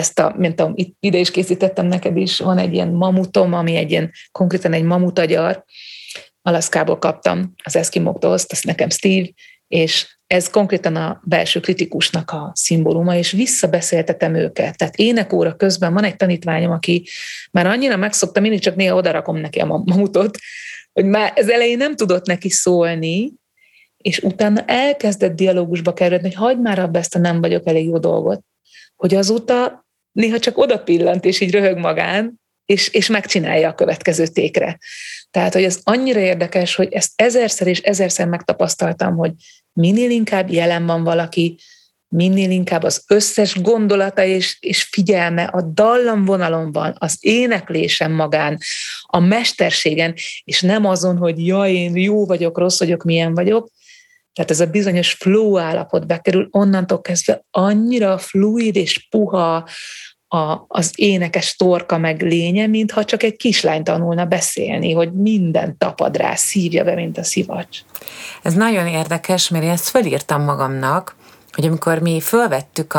ide is készítettem neked is, van egy ilyen mamutom, ami konkrétan egy mamutagyar, Alaszkából kaptam az eszkimóktól, azt nekem Steve, és ez konkrétan a belső kritikusnak a szimbóluma, és visszabeszéltetem őket. Tehát énekóra közben van egy tanítványom, aki már annyira megszokta, mindig csak néha odarakom neki a mamutot, hogy már ez elején nem tudott neki szólni, és utána elkezdett dialógusba kerülni, hogy hagyd már abba ezt a nem vagyok elég jó dolgot, hogy azóta néha csak odapillant, és így röhög magán, és megcsinálja a következő tékre. Tehát, hogy ez annyira érdekes, hogy ezt ezerszer és ezerszer megtapasztaltam, hogy minél inkább jelen van valaki, minél inkább az összes gondolata és figyelme a dallamvonalon van, az éneklésen magán, a mesterségen, és nem azon, hogy jaj, én jó vagyok, rossz vagyok, milyen vagyok. Tehát ez a bizonyos flow állapot bekerül, onnantól kezdve annyira fluid és puha az énekes torka meg lénye, mintha csak egy kislány tanulna beszélni, hogy minden tapad rá, szívja be, mint a szivacs. Ez nagyon érdekes, mert én ezt fölírtam magamnak, hogy amikor mi fölvettük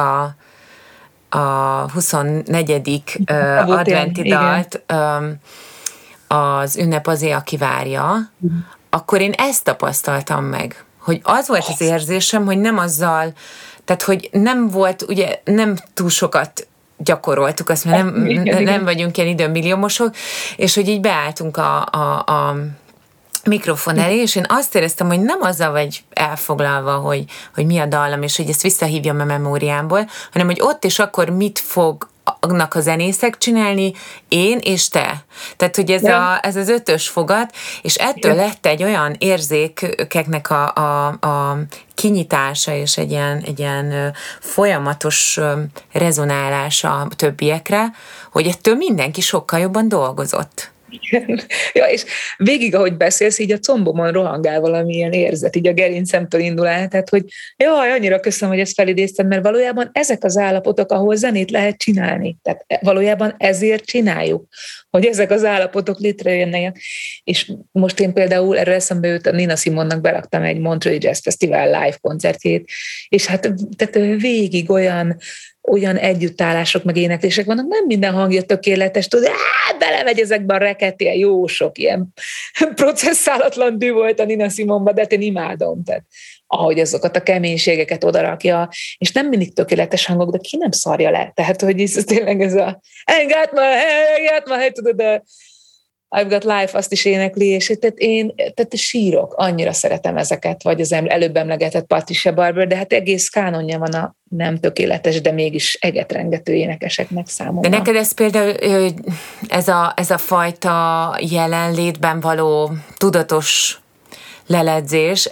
a 24. adventi dalt, az ünnep azért, aki várja, akkor én ezt tapasztaltam meg, hogy az volt az érzésem, hogy nem azzal, tehát hogy nem volt, ugye nem túl sokat gyakoroltuk, azt mert nem vagyunk ilyen időmilliómosok, és hogy így beálltunk a mikrofon elé, és én azt éreztem, hogy nem azzal vagy elfoglalva, hogy mi a dallam, és hogy ezt visszahívjam a memóriámból, hanem hogy ott és akkor mit fognak a zenészek csinálni, én és te. Tehát, hogy ez az 5-ös fogat, és ettől lett egy olyan érzékeknek a kinyitása, és egy ilyen folyamatos rezonálása a többiekre, hogy ettől mindenki sokkal jobban dolgozott. Ja, és végig, ahogy beszélsz, így a combomon rohangál valamilyen érzet, így a gerincemtől indul el, tehát, hogy jaj, annyira köszönöm, hogy ezt felidéztem, mert valójában ezek az állapotok, ahol zenét lehet csinálni. Tehát valójában ezért csináljuk, hogy ezek az állapotok létrejönnek. És most én például erről eszembe jut, a Nina Simonnak beraktam egy Montreux Jazz Festival live koncertjét, és hát tehát végig olyan együttállások, meg éneklések vannak, nem minden hangja tökéletes, tudod, belemegy ezekben a reket, ilyen jó sok, ilyen processzálatlan dű volt a Nina Simonban, de hát én imádom, tehát ahogy azokat a keménységeket odarakja, és nem mindig tökéletes hangok, de ki nem szarja le, tehát hogy ez tényleg ez a I got my head, tudod, I've got life, azt is énekli, és tehát sírok, annyira szeretem ezeket, vagy az előbb emlegetett Patricia Barber, de hát egész kánonja van a nem tökéletes, de mégis egetrengető énekeseknek számomra. De neked ez például, ez a fajta jelenlétben való tudatos leledzés,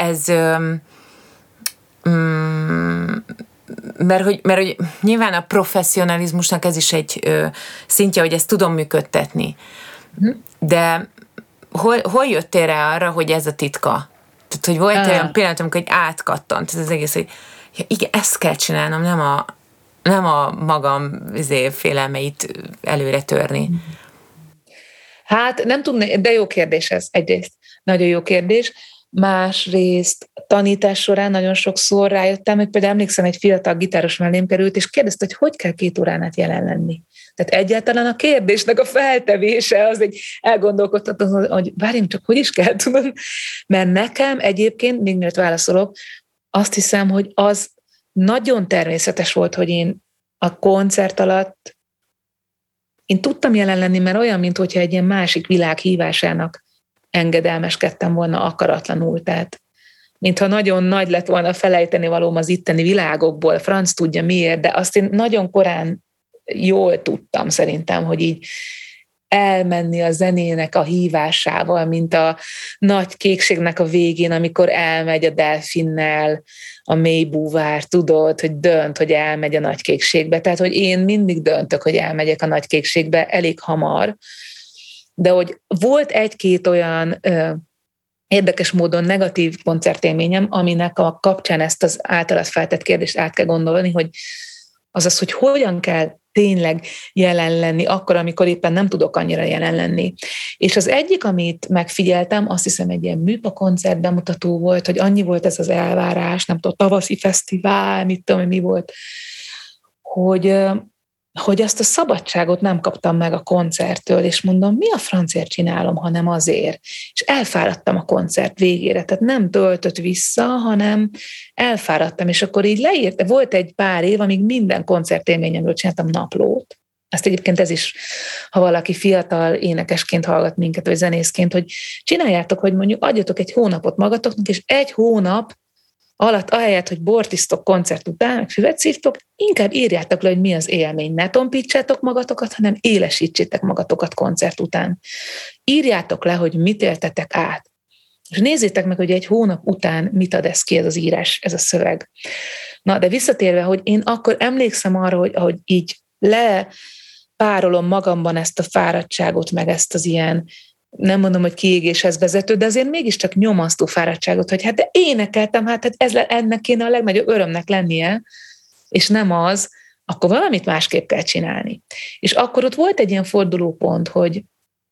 mert hogy nyilván a professzionalizmusnak ez is egy szintje, hogy ezt tudom működtetni. De hol jöttél rá arra, hogy ez a titka? Tehát, hogy volt olyan pillanat, amikor átkattant ez az egész, hogy ja, igen, ezt kell csinálnom, nem a magam félelmeit előre törni. Hát nem tudnék, de jó kérdés ez egyrészt. Nagyon jó kérdés. Másrészt tanítás során nagyon sokszor rájöttem, hogy például emlékszem, egy fiatal gitáros mellém került, és kérdezte, hogy kell 2 órán át jelen lenni. Tehát egyáltalán a kérdésnek a feltevése az egy elgondolkodtató, hogy várjunk csak, hogy is kell tudod. Mert nekem egyébként, még mielőtt válaszolok, azt hiszem, hogy az nagyon természetes volt, hogy én a koncert alatt én tudtam jelen lenni, mert olyan, mintha egy ilyen másik világ hívásának engedelmeskedtem volna akaratlanul. Tehát mintha nagyon nagy lett volna felejteni valóm az itteni világokból, franc tudja miért, de azt én nagyon korán jól tudtam szerintem, hogy így elmenni a zenének a hívásával, mint a nagy kékségnek a végén, amikor elmegy a delfinnel a mély búvár, tudod, hogy dönt, hogy elmegy a nagy kékségbe. Tehát, hogy én mindig döntök, hogy elmegyek a nagy kékségbe elég hamar, de hogy volt 1-2 olyan érdekes módon negatív koncertélményem, aminek a kapcsán ezt az általad feltett kérdést át kell gondolni, hogy azaz, hogy hogyan kell tényleg jelen lenni, akkor, amikor éppen nem tudok annyira jelen lenni. És az egyik, amit megfigyeltem, azt hiszem egy ilyen műpa koncert bemutató volt, hogy annyi volt ez az elvárás, nem tudom, tavaszi fesztivál, mit tudom, mi volt, hogy azt a szabadságot nem kaptam meg a koncerttől, és mondom, mi a francért csinálom, hanem azért. És elfáradtam a koncert végére, tehát nem töltött vissza, hanem elfáradtam, és akkor így leírtam. Volt egy pár év, amíg minden koncertélményemről csináltam naplót. Ezt egyébként ez is, ha valaki fiatal énekesként hallgat minket, vagy zenészként, hogy csináljátok, hogy mondjuk adjatok egy hónapot magatoknak, és 1 hónap alatt, ahelyett, hogy bort isztok koncert után, meg füvet szívtok, inkább írjátok le, hogy mi az élmény. Ne tompítsátok magatokat, hanem élesítsétek magatokat koncert után. Írjátok le, hogy mit éltetek át. És nézzétek meg, hogy 1 hónap után mit ad ez ki, ez az írás, ez a szöveg. Na, de visszatérve, hogy én akkor emlékszem arra, hogy ahogy így lepárolom magamban ezt a fáradtságot, meg ezt az ilyen, nem mondom, hogy kiégéshez vezető, de azért mégiscsak nyomasztó fáradtságot, hogy hát de énekeltem, hát ennek kéne a legnagyobb örömnek lennie, és nem az, akkor valamit másképp kell csinálni. És akkor ott volt egy ilyen fordulópont, hogy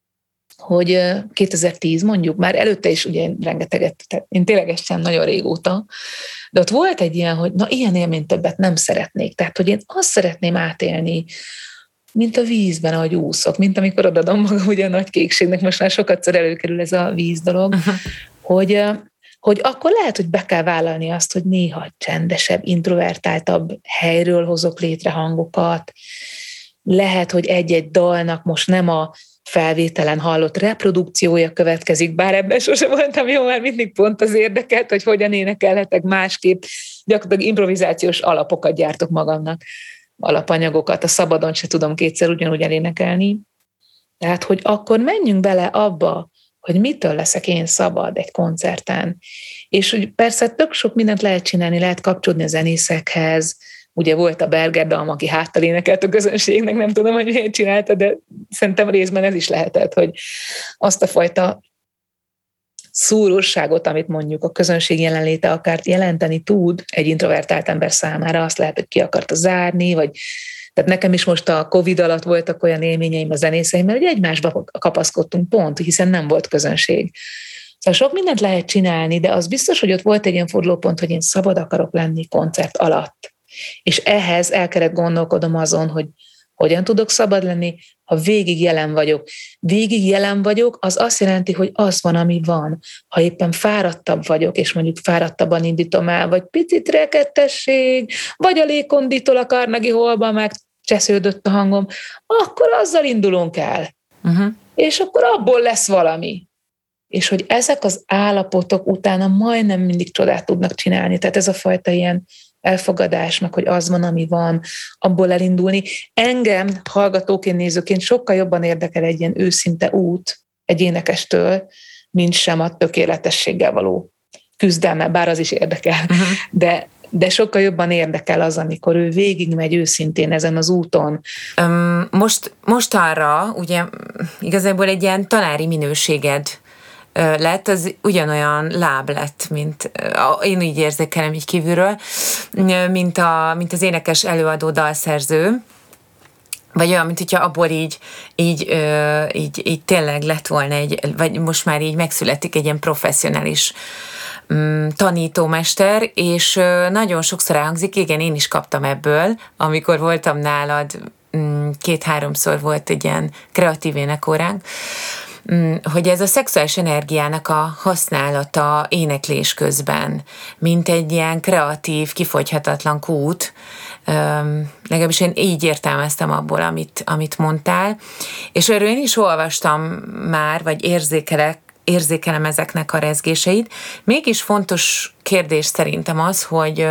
2010 mondjuk, már előtte is ugye rengeteget, én tényleg ezt sem nagyon régóta, de ott volt egy ilyen, hogy na ilyen élményt többet nem szeretnék, tehát hogy én azt szeretném átélni, mint a vízben, ahogy úszok, mint amikor odadom magam ugye a nagy kékségnek, most már sokatszor előkerül ez a víz dolog, hogy hogy akkor lehet, hogy be kell vállalni azt, hogy néha csendesebb, introvertáltabb helyről hozok létre hangokat. Lehet, hogy egy-egy dalnak most nem a felvételen hallott reprodukciója következik, bár ebben sose voltam jó, már mindig pont az érdekelt, hogy hogyan énekelhetek másképp. Gyakorlatilag improvizációs alapokat gyártok magamnak, alapanyagokat. A szabadon se tudom kétszer ugyanúgy elénekelni. Tehát, hogy akkor menjünk bele abba, hogy mitől leszek én szabad egy koncerten. És hogy persze tök sok mindent lehet csinálni, lehet kapcsolódni a zenészekhez. Ugye volt a Berger Dalma, aki háttal énekelt a közönségnek, nem tudom, hogy miért csinálta, de szerintem részben ez is lehetett, hogy azt a fajta szúróságot, amit mondjuk a közönség jelenléte akár jelenteni tud egy introvertált ember számára, azt lehet, hogy ki akarta zárni, vagy tehát nekem is most a Covid alatt voltak olyan élményeim a zenészeimmel, hogy egymásba kapaszkodtunk pont, hiszen nem volt közönség. Szóval sok mindent lehet csinálni, de az biztos, hogy ott volt egy ilyen fordulópont, hogy én szabad akarok lenni koncert alatt. És ehhez el kellett gondolkodom azon, hogy hogyan tudok szabad lenni, ha végig jelen vagyok. Végig jelen vagyok, az azt jelenti, hogy az van, ami van. Ha éppen fáradtabb vagyok, és mondjuk fáradtabban indítom el, vagy picit rekettesség, vagy a légkonditól a Carnegie Hallban megcsesződött a hangom, akkor azzal indulunk el. És akkor abból lesz valami. És hogy ezek az állapotok utána majdnem mindig csodát tudnak csinálni. Tehát ez a fajta ilyen elfogadásnak, hogy az van, ami van, abból elindulni. Engem hallgatóként, nézőként sokkal jobban érdekel egy ilyen őszinte út egy énekestől, mint sem a tökéletességgel való küzdelme, bár az is érdekel. De sokkal jobban érdekel az, amikor ő végigmegy őszintén ezen az úton. Most arra, ugye igazából egy ilyen tanári minőséged lett, az ugyanolyan láb lett, mint én így érzékelem így kívülről, mint az énekes, előadó, dalszerző, vagy olyan, mint hogyha abból így tényleg lett volna vagy most már így megszületik egy ilyen professzionális tanítómester, és nagyon sokszor elhangzik, igen, én is kaptam ebből, amikor voltam nálad, 2-3-szor volt egy ilyen kreatív énekóránk, hogy ez a szexuális energiának a használata éneklés közben, mint egy ilyen kreatív, kifogyhatatlan kút, legalábbis én így értelmeztem abból, amit mondtál, és erről én is olvastam már, vagy érzékelem ezeknek a rezgéseit. Mégis fontos kérdés szerintem az, hogy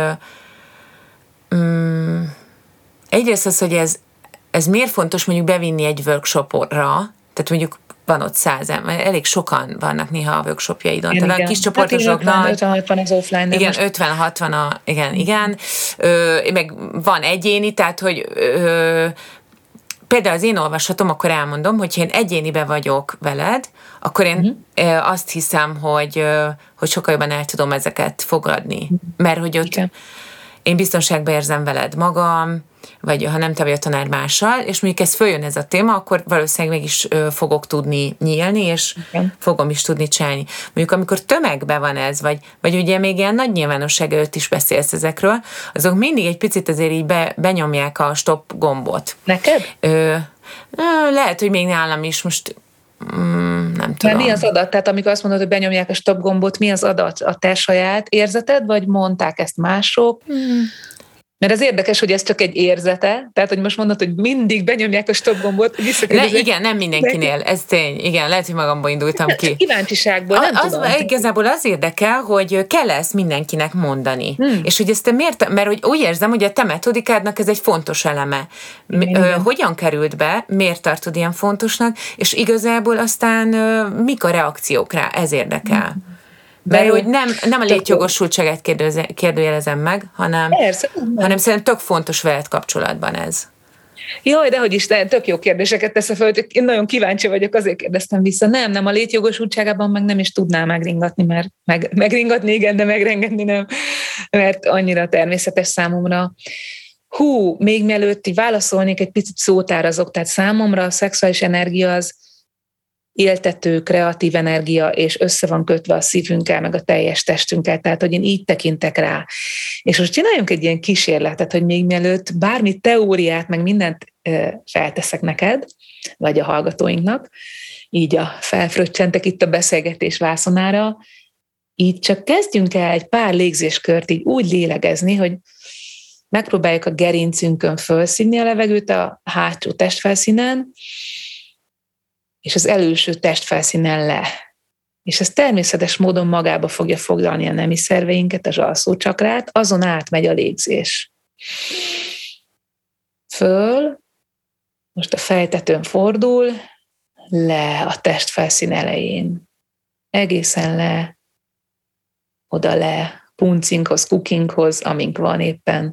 egyrészt az, hogy ez miért fontos mondjuk bevinni egy workshopra, tehát mondjuk van ott 100, mert elég sokan vannak néha a workshopjaidon. Tehát a kis csoportosoknak... 50-60 az offline. Igen, 50-60 igen. Meg van egyéni, tehát, hogy például az én olvasatom, akkor elmondom, hogyha én egyénibe vagyok veled, akkor én azt hiszem, hogy sokkal jobban el tudom ezeket fogadni. Mert hogy ott én biztonságban érzem veled magam, vagy ha nem te vagy a tanár mással, és mondjuk ez följön ez a téma, akkor valószínűleg meg is fogok tudni nyílni, és fogom is tudni csinálni. Mondjuk amikor tömegben van ez, vagy ugye még ilyen nagy nyilvánosság előtt is beszélsz ezekről, azok mindig egy picit azért így benyomják a stop gombot. Neked? Lehet, hogy még nálam is most nem tudom. Mi az adat? Tehát amikor azt mondod, hogy benyomják a stop gombot, mi az adat? A te saját érzeted, vagy mondták ezt mások? Mert ez érdekes, hogy ez csak egy érzete, tehát, hogy most mondod, hogy mindig benyomják a stop gombot, igen, nem mindenkinél, ez tény. Igen, lehet, hogy magamból indultam ki. Kíváncsiságból, nem tudom. Igazából az érdekel, hogy kell ezt mindenkinek mondani. És hogy ezt te miért, mert hogy úgy érzem, hogy a te metodikádnak ez egy fontos eleme. Hogyan került be, miért tartod ilyen fontosnak, és igazából aztán mik a reakciók rá, ez érdekel. Mert hogy nem a létjogosultságát kérdőjelezem meg, hanem szerintem tök fontos veled kapcsolatban ez. Jaj, dehogy is, tök jó kérdéseket tesz fel, hogy én nagyon kíváncsi vagyok, azért kérdeztem vissza. Nem, a létjogosultságában meg nem is tudnám megringatni, mert megringatni igen, de megrengetni nem, mert annyira természetes számomra. Még mielőtt így válaszolnék, egy picit szótárazok, tehát számomra a szexuális energia az éltető, kreatív energia, és össze van kötve a szívünkkel, meg a teljes testünkkel, tehát, hogy én így tekintek rá. És most csináljunk egy ilyen kísérletet, hogy még mielőtt bármi teóriát, meg mindent felteszek neked, vagy a hallgatóinknak, így felfröccsentek itt a beszélgetés vászonára, így csak kezdjünk el egy pár légzéskört így úgy lélegezni, hogy megpróbáljuk a gerincünkön fölszívni a levegőt a hátsó testfelszínen, és az előső testfelszínen le. És ez természetes módon magába fogja foglalni a nemi szerveinket, a zsalszócsakrát, azon átmegy a légzés. Föl, most a fejtetőn fordul, le a testfelszín elején. Egészen le, oda le, puncinkhoz, kukinkhoz, amink van éppen.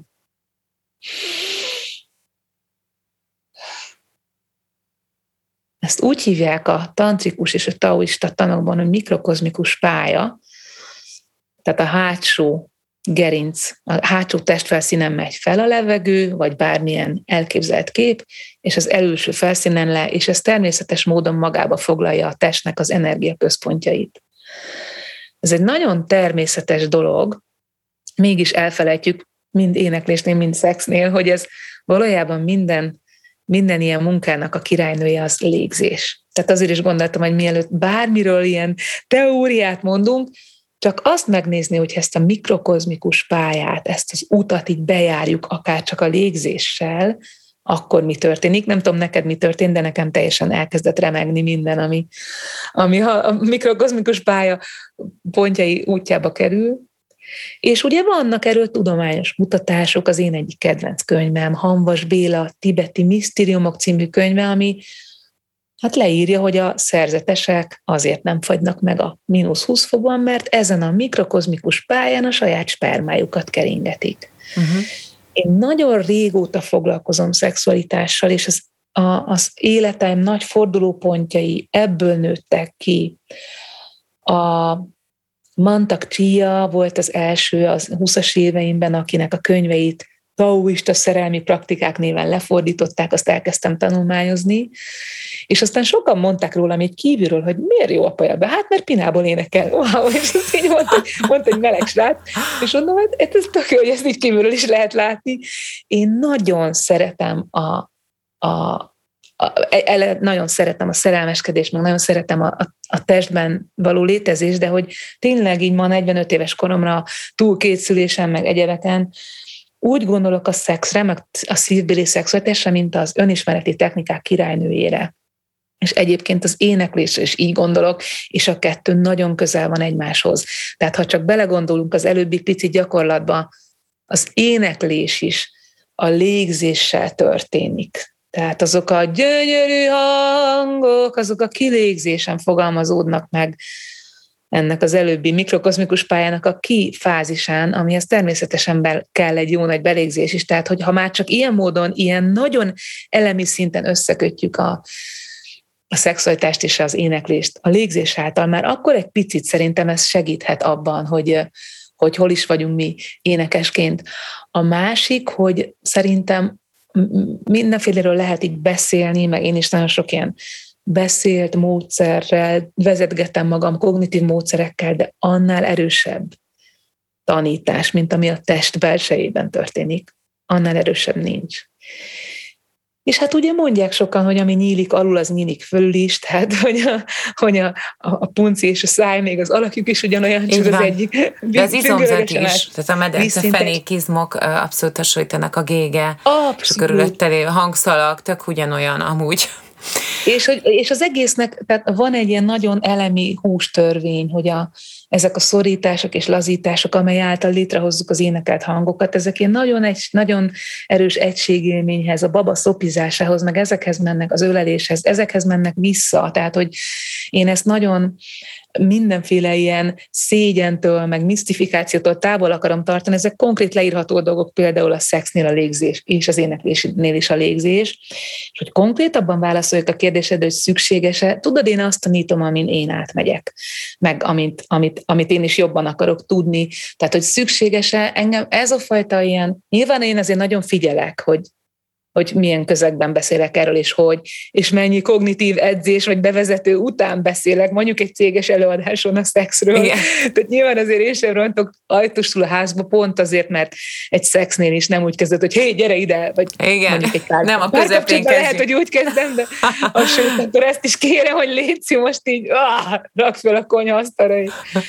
Ezt úgy hívják a tantrikus és a taoista tanokban, hogy mikrokozmikus pálya, tehát a hátsó gerinc, a hátsó testfelszínen megy fel a levegő, vagy bármilyen elképzelt kép, és az előső felszínen le, és ez természetes módon magába foglalja a testnek az energiaközpontjait. Ez egy nagyon természetes dolog, mégis elfelejtjük mind éneklésnél, mind szexnél, hogy ez valójában minden ilyen munkának a királynője az légzés. Tehát azért is gondoltam, hogy mielőtt bármiről ilyen teóriát mondunk, csak azt megnézni, hogy ezt a mikrokozmikus pályát, ezt az utat így bejárjuk, akár csak a légzéssel, akkor mi történik. Nem tudom neked mi történt, de nekem teljesen elkezdett remegni minden, ami a mikrokozmikus pálya pontjai útjába kerül. És ugye vannak erről tudományos kutatások, az én egyik kedvenc könyvem, Hamvas Béla Tibeti Misztériumok című könyve, ami hát leírja, hogy a szerzetesek azért nem fagynak meg a -20 fokban, mert ezen a mikrokozmikus pályán a saját spermájukat keringetik. Uh-huh. Én nagyon régóta foglalkozom szexualitással, és az életem nagy fordulópontjai ebből nőttek ki. A Mantak Chia volt az első az 20-as éveimben, akinek a könyveit taoista szerelmi praktikák néven lefordították, azt elkezdtem tanulmányozni, és aztán sokan mondták rólam így kívülről, hogy miért jó a paja, hát mert pinából énekel. Wow, és azt így mondta egy meleg srác, és mondom, hát ez tök jó, hogy ezt így kívülről is lehet látni. Én nagyon szeretem nagyon szeretem a szerelmeskedést, meg nagyon szeretem a testben való létezést, de hogy tényleg így ma 45 éves koromra túl 2 szülésen, meg egyebeken, úgy gondolok a szexre, meg a szívbéli szexualitásra, mint az önismereti technikák királynőjére. És egyébként az éneklésre is így gondolok, és a kettő nagyon közel van egymáshoz. Tehát ha csak belegondolunk az előbbi pici gyakorlatba, az éneklés is a légzéssel történik. Tehát azok a gyönyörű hangok, azok a kilégzésen fogalmazódnak meg ennek az előbbi mikrokozmikus pályának a kifázisán, amihez természetesen kell egy jó nagy belégzés is. Tehát, hogy ha már csak ilyen módon, ilyen nagyon elemi szinten összekötjük a szexualitást és az éneklést a légzés által, már akkor egy picit szerintem ez segíthet abban, hogy hol is vagyunk mi énekesként. A másik, hogy szerintem mindenféleről lehet így beszélni, meg én is nagyon sok ilyen beszélt módszerrel vezetgetem magam kognitív módszerekkel, de annál erősebb tanítás, mint ami a test belsejében történik, annál erősebb nincs. És hát ugye mondják sokan, hogy ami nyílik alul, az nyílik fölül is, tehát hogy a punci és a száj, még az alakjuk is ugyanolyan, csak az egyik. De az izomzat is, tehát a medence fenékizmok abszolút hasonlítanak a gége, és a körülötte lévő hangszalag, tök ugyanolyan amúgy. És az egésznek, tehát van egy ilyen nagyon elemi hústörvény, hogy ezek a szorítások és lazítások, amely által létrehozzuk az énekelt hangokat, ezek ilyen nagyon erős egységélményhez, a baba szopizásához, meg ezekhez mennek, az öleléshez, ezekhez mennek vissza. Tehát, hogy én ezt nagyon mindenféle ilyen szégyentől, meg misztifikációtól távol akarom tartani. Ezek konkrét leírható dolgok, például a szexnél a légzés, és az éneklésnél is a légzés. És hogy konkrétabban válaszoljuk a kérdésedre, hogy szükséges-e, tudod, én azt tanítom, amin én átmegyek, meg amit én is jobban akarok tudni. Tehát, hogy szükséges-e engem ez a fajta ilyen, nyilván én azért nagyon figyelek, hogy milyen közegben beszélek erről, és mennyi kognitív edzés vagy bevezető után beszélek, mondjuk egy céges előadáson a szexről. Igen. Tehát nyilván azért én sem rontok ajtóstul a házba, pont azért, mert egy szexnél is nem úgy kezdett, hogy hé, gyere ide, vagy igen. Mondjuk egy nem a közepén kezdjük. Lehet, hogy úgy kezdem, de sőt, akkor ezt is kérem, hogy létszik most így, rakd fel a konyhaasztalra,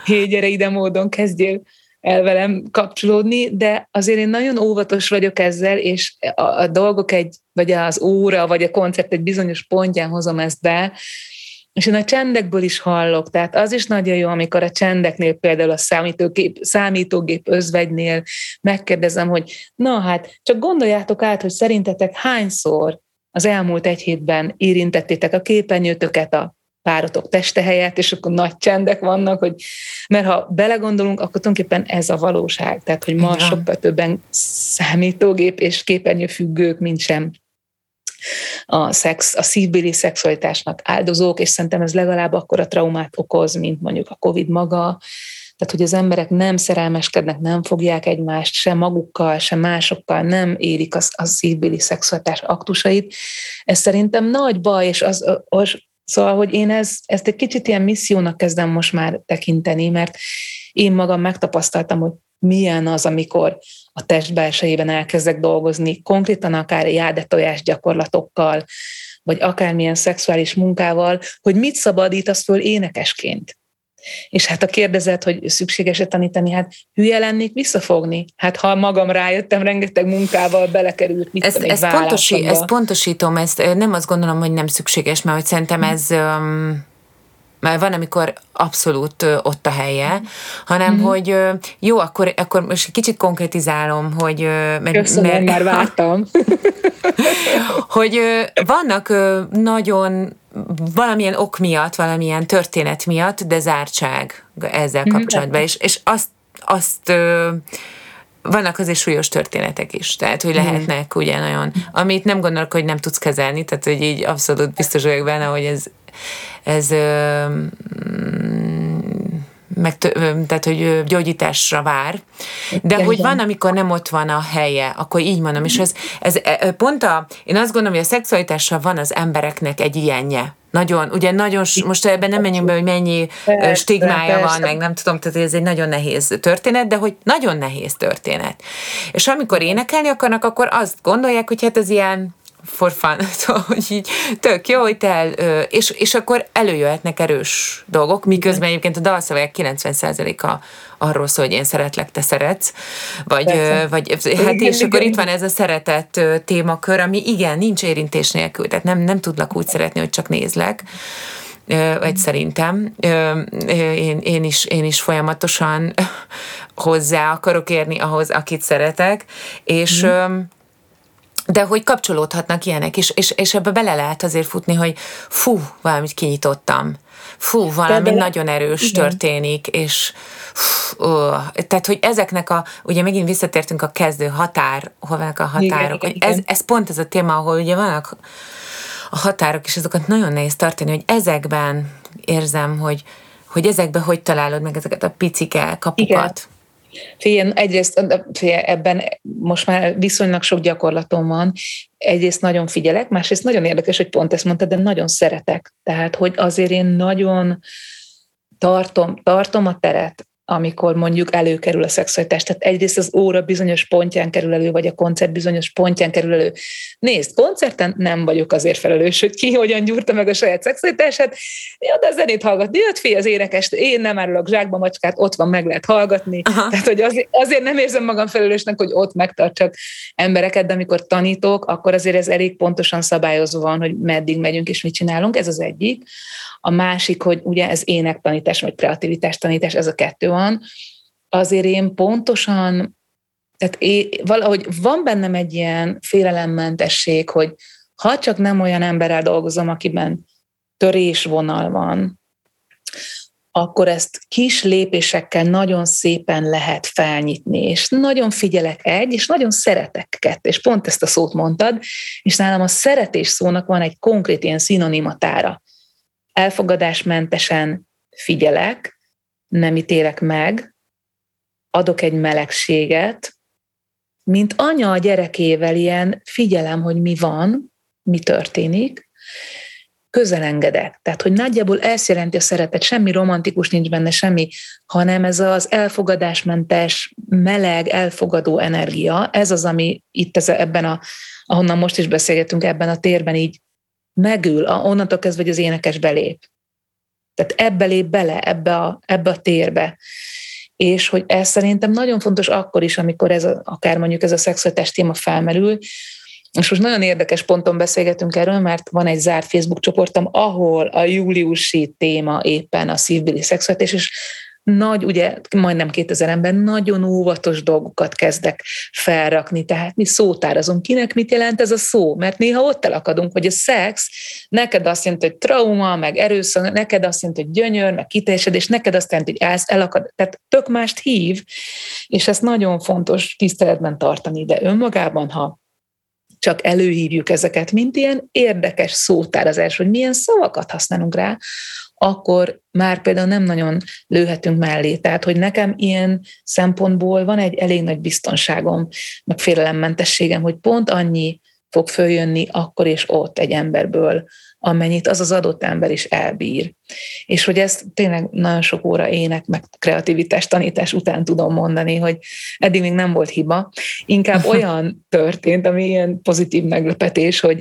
gyere ide módon kezdjél el kapcsolódni, de azért én nagyon óvatos vagyok ezzel, és a dolgok vagy az óra, vagy a koncert egy bizonyos pontján hozom ezt be, és én a csendekből is hallok, tehát az is nagyon jó, amikor a csendeknél, például a számítógép özvegynél megkérdezem, hogy na hát, csak gondoljátok át, hogy szerintetek hányszor az elmúlt egy hétben érintettétek a képernyőtöket, a párotok teste helyett, és akkor nagy csendek vannak, mert ha belegondolunk, akkor tulajdonképpen ez a valóság. Tehát, hogy ma sokkal többen számítógép és képernyőfüggők, mint sem a szívbéli szexualitásnak áldozók, és szerintem ez legalább akkora traumát okoz, mint mondjuk a Covid maga. Tehát, hogy az emberek nem szerelmeskednek, nem fogják egymást, sem magukkal, sem másokkal, nem élik a szívbéli szexualitás aktusait. Ez szerintem nagy baj, és szóval, hogy én ezt egy kicsit ilyen missziónak kezdem most már tekinteni, mert én magam megtapasztaltam, hogy milyen az, amikor a test belsejében elkezdek dolgozni, konkrétan akár jádetojás gyakorlatokkal, vagy akármilyen szexuális munkával, hogy mit szabadítasz föl énekesként. És hát a kérdezet, hogy szükséges-e tanítani, hát hülye lennék visszafogni. Hát ha magam rájöttem, rengeteg munkával belekerült, ezt pontosítom, ezt nem azt gondolom, hogy nem szükséges, mert hogy szerintem ez mert van, amikor abszolút ott a helye, hanem hogy jó, akkor most kicsit konkretizálom, hogy... Köszönöm, már vártam. Hogy vannak nagyon valamilyen ok miatt, valamilyen történet miatt, de zártság ezzel kapcsolatban, és azt vannak azért súlyos történetek is, tehát, hogy lehetnek ugye nagyon, amit nem gondolok, hogy nem tudsz kezelni, tehát, hogy így abszolút biztos vagyok benne, hogy tehát, hogy gyógyításra vár, de hogy van, amikor nem ott van a helye, akkor így mondom, és ez pont én azt gondolom, hogy a szexualitással van az embereknek egy ilyenje. Nagyon, most ebben nem menjünk be, hogy mennyi stigmája van, meg nem tudom, tehát ez egy nagyon nehéz történet, de hogy nagyon nehéz történet. És amikor énekelni akarnak, akkor azt gondolják, hogy hát ez ilyen for fun, szóval, hogy így tök jó, hogy és akkor előjöhetnek erős dolgok, miközben egyébként a dalszövegek 90%-a arról szól, hogy én szeretlek, te szeretsz, vagy hát és akkor itt van ez a szeretet témakör, ami igen, nincs érintés nélkül, tehát nem tudlak úgy szeretni, hogy csak nézlek, vagy szerintem. Én is folyamatosan hozzá akarok érni ahhoz, akit szeretek, és de hogy kapcsolódhatnak ilyenek, és ebbe bele lehet azért futni, hogy valamit kinyitottam. Valami nagyon erős történik, és tehát, hogy ezeknek ugye megint visszatértünk a kezdő hol vannak a határok. Igen. Ez pont ez a téma, ahol ugye vannak a határok, és azokat nagyon nehéz tartani, hogy ezekben érzem, hogy ezekben hogy találod meg ezeket a picike kapukat. Igen. Egyrészt ebben most már viszonylag sok gyakorlatom van, egyrészt nagyon figyelek, másrészt nagyon érdekes, hogy pont ezt mondtad, de nagyon szeretek. Tehát, hogy azért én nagyon tartom a teret, amikor mondjuk előkerül a szexualitás. Tehát egyrészt az óra bizonyos pontján kerül elő, vagy a koncert bizonyos pontján kerül elő. Nézd, koncerten nem vagyok azért felelős, hogy ki hogyan gyúrta meg a saját szexualitását. Ja, de a zenét hallgatni, jött az énekest, én nem árulok zsákba macskát, ott van, meg lehet hallgatni. Aha. Tehát, hogy azért nem érzem magam felelősnek, hogy ott megtartsak embereket, de amikor tanítok, akkor azért ez elég pontosan szabályozva van, hogy meddig megyünk és mit csinálunk, ez az egyik. A másik, hogy ugye ez énektanítás, vagy kreativitás tanítás, ez a kettő van. Azért én pontosan, tehát valahogy van bennem egy ilyen félelemmentesség, hogy ha csak nem olyan emberrel dolgozom, akiben törésvonal van, akkor ezt kis lépésekkel nagyon szépen lehet felnyitni, és nagyon figyelek és nagyon szeretek kettő, és pont ezt a szót mondtad, és nálam a szeretés szónak van egy konkrét ilyen szinonimatára. Elfogadásmentesen figyelek, nem ítélek meg, adok egy melegséget, mint anya a gyerekével ilyen figyelem, hogy mi van, mi történik, közelengedek. Tehát, hogy nagyjából ezt jelenti a szeretet, semmi romantikus nincs benne, semmi, hanem ez az elfogadásmentes, meleg, elfogadó energia, ez az, ami itt ahonnan most is beszélgetünk, ebben a térben így megül, onnantól kezdve, hogy az énekes belép. Tehát ebbe lép bele, ebbe a térbe. És hogy ez szerintem nagyon fontos akkor is, amikor akár mondjuk ez a szexualitás téma felmerül, és most nagyon érdekes ponton beszélgetünk erről, mert van egy zárt Facebook csoportom, ahol a júliusi téma éppen a szívbéli szexualitás, és ugye majdnem 2000 ember nagyon óvatos dolgokat kezdek felrakni, tehát mi szótározunk, kinek mit jelent ez a szó, mert néha ott elakadunk, hogy a szex neked azt jelenti, hogy trauma, meg erőszak, neked azt jelenti, hogy gyönyör, meg kiteljesedés, neked azt jelenti, hogy elakad, tehát tök mást hív, és ezt nagyon fontos tiszteletben tartani, de önmagában, ha csak előhívjuk ezeket, mint ilyen érdekes szótározás, hogy milyen szavakat használunk rá, akkor már például nem nagyon lőhetünk mellé. Tehát, hogy nekem ilyen szempontból van egy elég nagy biztonságom, meg félelemmentességem, hogy pont annyi fog följönni akkor és ott egy emberből, amennyit az adott ember is elbír. És hogy ezt tényleg nagyon sok óra ének, meg kreativitás tanítás után tudom mondani, hogy eddig még nem volt hiba. Inkább olyan történt, ami ilyen pozitív meglepetés, hogy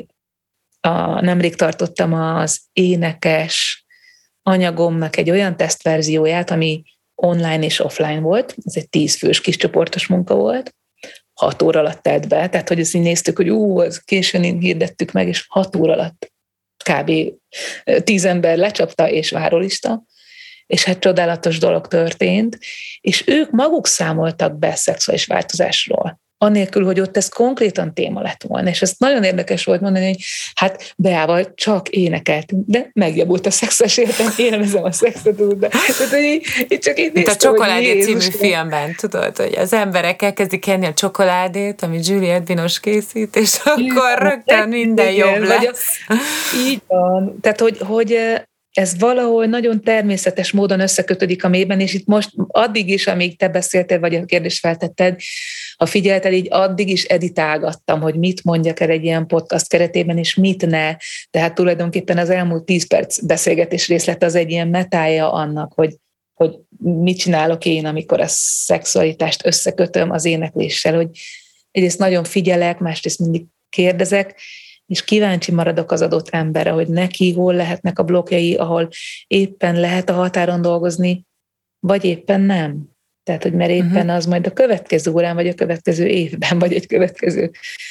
nemrég tartottam az énekes anyagomnak egy olyan tesztverzióját, ami online és offline volt. Ez egy 10 fős kis csoportos munka volt. 6 óra alatt telt be, tehát hogy ezt így néztük, hogy az későn hirdettük meg, és 6 óra alatt kb. 10 ember lecsapta és várólista, és hát csodálatos dolog történt, és ők maguk számoltak be szexuális változásról, anélkül, hogy ott ez konkrétan téma lett volna. És ezt nagyon érdekes volt mondani, hogy hát Beával csak énekeltünk, de megjavult a szexuális életem, élvezem a szexet, de tehát, hogy így csak így néztem, a Csokoládé című filmben, tudod, hogy az emberek elkezdik enni a csokoládét, amit Juliette Binoche készít, és akkor rögtön minden jobb lesz. Így van. Tehát, hogy ez valahol nagyon természetes módon összekötődik a mélyben, és itt most addig is, amíg te beszéltél, vagy a kérdést feltetted, ha figyelted, így addig is editálgattam, hogy mit mondjak el egy ilyen podcast keretében, és mit ne. Tehát tulajdonképpen az elmúlt 10 perc beszélgetés részlet az egy ilyen metája annak, hogy mit csinálok én, amikor a szexualitást összekötöm az énekléssel, hogy egyrészt nagyon figyelek, másrészt mindig kérdezek, és kíváncsi maradok az adott emberre, hogy neki hol lehetnek a blokkjai, ahol éppen lehet a határon dolgozni, vagy éppen nem. Tehát, hogy mert éppen az majd a következő órán, vagy a következő évben, vagy egy következő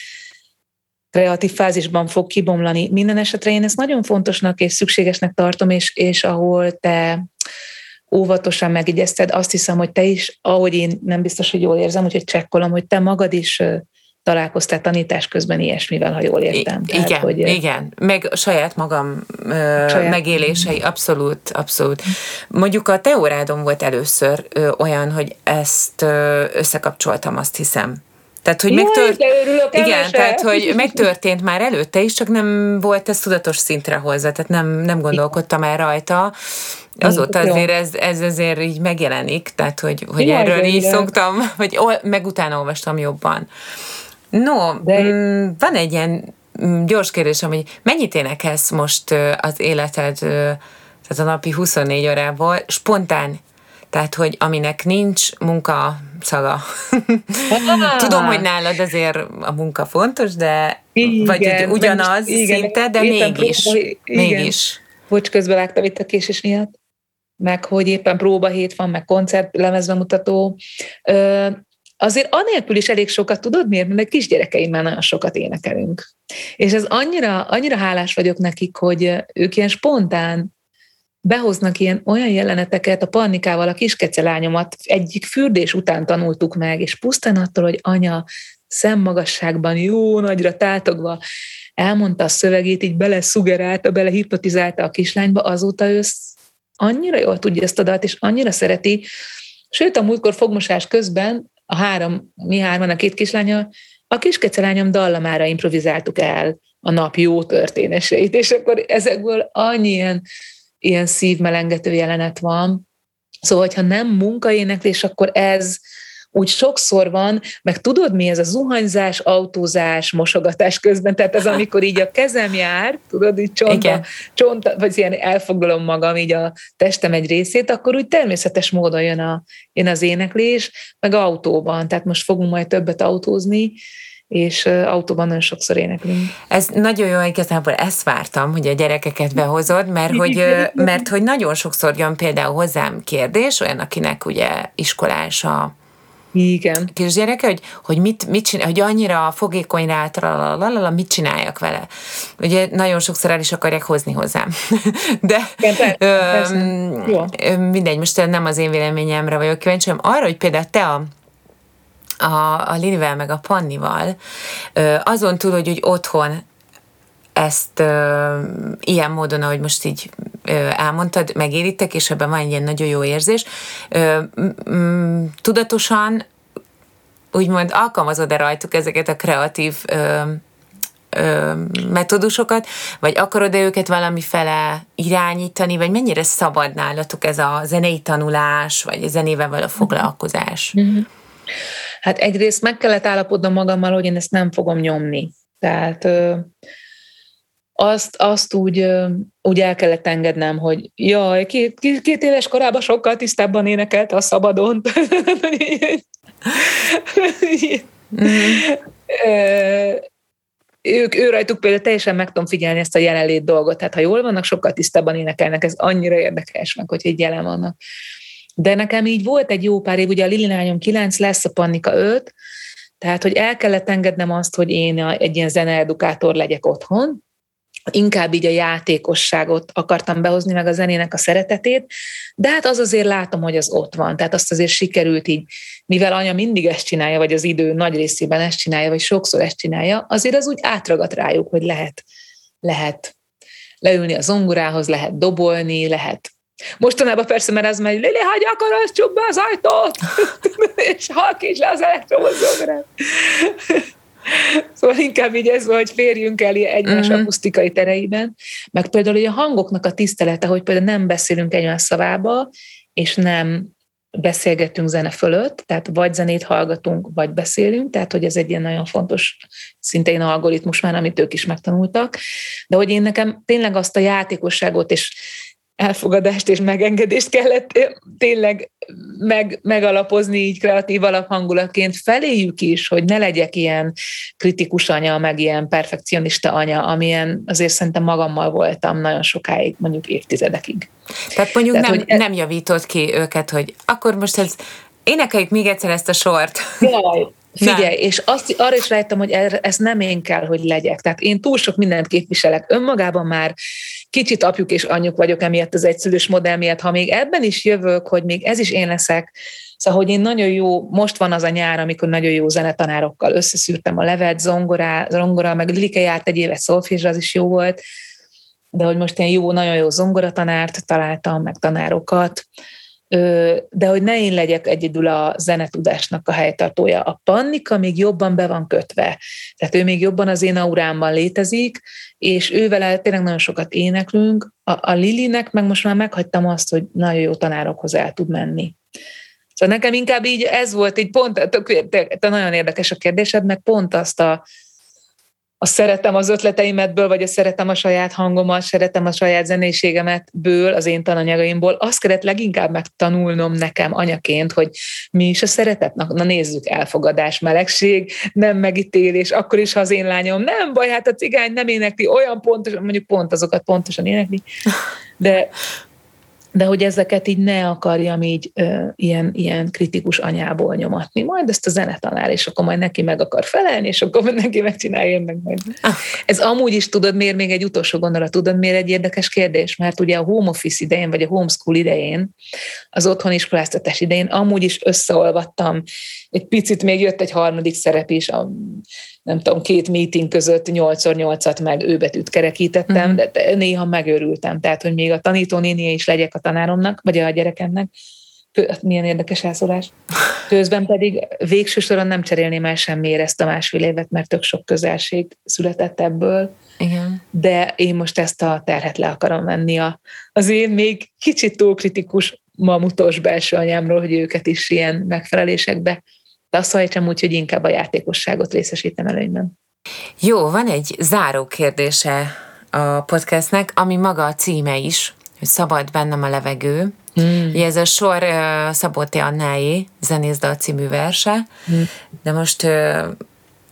kreatív fázisban fog kibomlani. Minden esetre én ezt nagyon fontosnak és szükségesnek tartom, és ahol te óvatosan megigyezted, azt hiszem, hogy te is, ahogy én nem biztos, hogy jól érzem, úgyhogy csekkolom, hogy te magad is találkoztál tanítás közben ilyesmivel, ha jól értem. Tehát, igen, igen. Meg a saját magam megélései, abszolút. Mondjuk a te órádon volt először olyan, hogy ezt összekapcsoltam, azt hiszem. Tehát, hogy tehát, hogy megtörtént már előtte is, csak nem volt ez tudatos szintre hozzá, tehát nem gondolkodtam el rajta. Azóta azért ez azért így megjelenik, tehát, hogy erről így szoktam, vagy meg utána olvastam jobban. No, van egy ilyen gyors kérdésem, hogy mennyit énekelsz most az életed, tehát a napi 24 órából, spontán, tehát, hogy aminek nincs munka szaga. Tudom, hogy nálad azért a munka fontos, de vagy ugyanaz szinte, de mégis. Bocs, közbevágtam itt a késés miatt, meg hogy éppen próbahét van, meg koncert, lemezbemutató. Azért anélkül is elég sokat, tudod miért? Mert a kisgyerekeimmel nagyon sokat énekelünk. És ez annyira hálás vagyok nekik, hogy ők ilyen spontán behoznak olyan jeleneteket, a Pannikával, a kiskece lányomat egyik fürdés után tanultuk meg, és pusztán attól, hogy anya szemmagasságban jó nagyra tátogva elmondta a szövegét, így beleszugerálta, belehipnotizálta a kislányba, azóta ő annyira jól tudja ezt a dalt, és annyira szereti. Sőt, a múltkor fogmosás közben mi hárman, a 2 kislánya, a kiskece lányom dallamára improvizáltuk el a nap jó történéseit, és akkor ezekből annyi ilyen szívmelengető jelenet van. Szóval, hogyha nem munkaéneklés, akkor ez úgy sokszor van, meg tudod mi ez a zuhanyzás, autózás, mosogatás közben, tehát ez amikor így a kezem jár, tudod, így csonta, vagy ilyen elfoglalom magam így a testem egy részét, akkor úgy természetes módon jön az éneklés, meg autóban, tehát most fogunk majd többet autózni, és autóban nagyon sokszor éneklünk. Ez nagyon jó, igazából ezt vártam, hogy a gyerekeket behozod, mert hogy nagyon sokszor jön például hozzám kérdés, olyan, akinek ugye iskolás a Igen. kisgyereke, hogy mit csinál, hogy annyira fogékony rá, mit csináljak vele. Ugye nagyon sokszor el is akarják hozni hozzám. De mindegy, most nem az én véleményemre vagyok kíváncsi, hanem arra, hogy például te a Lilivel meg a Pannival azon túl, hogy otthon ezt ilyen módon, ahogy most így elmondtad, megéritek, és ebben van egy ilyen nagyon jó érzés. Tudatosan úgymond alkalmazod-e rajtuk ezeket a kreatív metódusokat, vagy akarod-e őket valamifele irányítani, vagy mennyire szabad nálatok ez a zenei tanulás, vagy a zenével való foglalkozás? Hát egyrészt meg kellett állapodnom magammal, hogy én ezt nem fogom nyomni. Tehát azt úgy el kellett engednem, hogy jaj, két éves korában sokkal tisztábban énekelte a szabadon. Ő rajtuk például teljesen meg tudom figyelni ezt a jelenlét dolgot. Tehát ha jól vannak, sokkal tisztábban énekelnek. Ez annyira érdekes meg, hogy így jelen vannak. De nekem így volt egy jó pár év, ugye a Lili lányom 9, lesz a Pannika 5, tehát hogy el kellett engednem azt, hogy én egy ilyen zeneedukátor legyek otthon, inkább így a játékosságot akartam behozni, meg a zenének a szeretetét, de hát az azért látom, hogy az ott van, tehát azt azért sikerült így, mivel anya mindig ezt csinálja, vagy az idő nagy részében ezt csinálja, vagy sokszor ezt csinálja, azért az úgy átragadt rájuk, hogy lehet leülni a zongorához, lehet dobolni, lehet. Mostanában persze, mert az megy, Lili, hagyj akkor, azt csukd be az ajtót, és halkíts le az elektromos zongorát. Szóval inkább így ez van, hogy férjünk el egymás akusztikai tereiben, meg például hogy a hangoknak a tisztelete, hogy például nem beszélünk egymás szavába, és nem beszélgetünk zene fölött, tehát vagy zenét hallgatunk, vagy beszélünk, tehát hogy ez egy ilyen nagyon fontos, szintén algoritmus már, amit ők is megtanultak, de hogy én nekem tényleg azt a játékosságot és elfogadást és megengedést kellett tényleg megalapozni így kreatív alaphangulatként feléjük is, hogy ne legyek ilyen kritikus anya, meg ilyen perfekcionista anya, amilyen azért szerintem magammal voltam nagyon sokáig, mondjuk évtizedekig. Tehát mondjuk nem javított ki őket, hogy akkor most énekeljük még egyszer ezt a sort. Jaj, figyelj, és arra is rájöttem, hogy ez nem én kell, hogy legyek. Tehát én túl sok mindent képviselek önmagában már, kicsit apjuk és anyjuk vagyok emiatt az egyszülős modell miatt, ha még ebben is jövök, hogy még ez is én leszek, szóval, hogy én nagyon jó, most van az a nyár, amikor nagyon jó zenetanárokkal összeszűrtem a levet, zongora, meg Lilike járt egy évet szolfézsre, az is jó volt, de hogy most ilyen nagyon jó zongoratanárt találtam, meg tanárokat, de hogy ne én legyek egyedül a zenetudásnak a helytartója. A Pannika még jobban be van kötve, tehát ő még jobban az én aurámban létezik, és ővele tényleg nagyon sokat éneklünk. A Lilinek meg most már meghagytam azt, hogy nagyon jó tanárokhoz el tud menni. Szóval nekem inkább így ez volt, így pont, te nagyon érdekes a kérdésed, meg pont azt a szeretem az ötleteimetből, vagy szeretem a saját hangomat, szeretem a saját zenéségemetből, az én tananyagaimból, azt kellett leginkább megtanulnom nekem anyaként, hogy mi is a szeretet. Na nézzük, elfogadás, melegség, nem megítélés, akkor is, ha az én lányom, nem baj, hát a cigány nem énekli olyan pontosan, mondjuk pont azokat pontosan énekli, de hogy ezeket így ne akarjam így ilyen kritikus anyából nyomatni. Majd ezt a zenetanár, és akkor majd neki meg akar felelni, és akkor neki megcsinálja, én meg majd. Ez amúgy is tudod, miért még egy utolsó gondolat, tudod, miért egy érdekes kérdés? Mert ugye a home office idején, vagy a homeschool idején, az otthoniskoláztatás idején amúgy is összeolvattam. Egy picit még jött egy harmadik szerep is, nem tudom, 2 meeting között 8x8-at meg őbetűt kerekítettem, de néha megőrültem. Tehát, hogy még a tanítónénie is legyek a tanáromnak, vagy a gyerekemnek. Milyen érdekes elszólás. Közben pedig végső soron nem cserélném el semmiért ezt a 1,5 évet, mert tök sok közelség született ebből. Igen. De én most ezt a terhet le akarom venni az én még kicsit túl kritikus mamutos belső anyámról, hogy őket is ilyen megfelelésekbe. De azt hajtsam úgy, hogy inkább a játékosságot részesítem előnyben. Jó, van egy záró kérdése a podcastnek, ami maga a címe is, hogy szabad bennem a levegő. Ugye ez a sor Szabó T. Annáé Zenészd a című verse, de most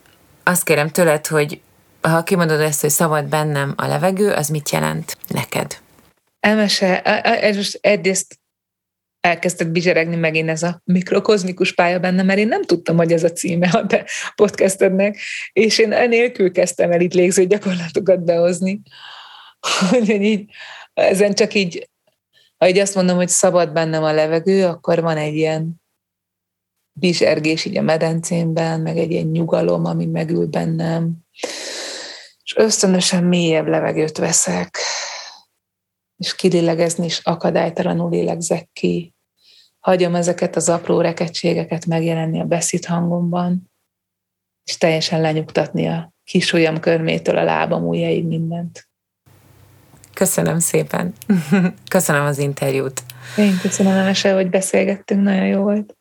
azt kérem tőled, hogy ha kimondod ezt, hogy szabad bennem a levegő, az mit jelent neked? Emese, ez most egyrészt elkezdett bizseregni megint ez a mikrokozmikus pálya benne, mert én nem tudtam, hogy ez a címe a te podcastednek, és én enélkül kezdtem el itt légző gyakorlatokat behozni. Úgyhogy így, ezen csak így, ha így azt mondom, hogy szabad bennem a levegő, akkor van egy ilyen bizsergés így a medencémben, meg egy ilyen nyugalom, ami megül bennem, és ösztönösen mélyebb levegőt veszek, és kilélegezni is akadálytalanul lélegzek ki. Hagyom ezeket az apró rekedtségeket megjelenni a beszédhangomban, és teljesen lenyugtatni a kis ujjam körmétől a lábam ujjaig mindent. Köszönöm szépen. Köszönöm az interjút. Én köszönöm, Emese, hogy beszélgettünk, nagyon jó volt.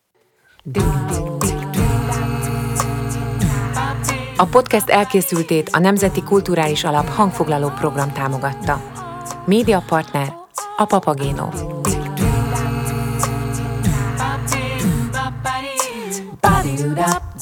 A podcast elkészültét a Nemzeti Kulturális Alap hangfoglaló program támogatta. Médiapartner a Papagéno. Ba-di-do-da.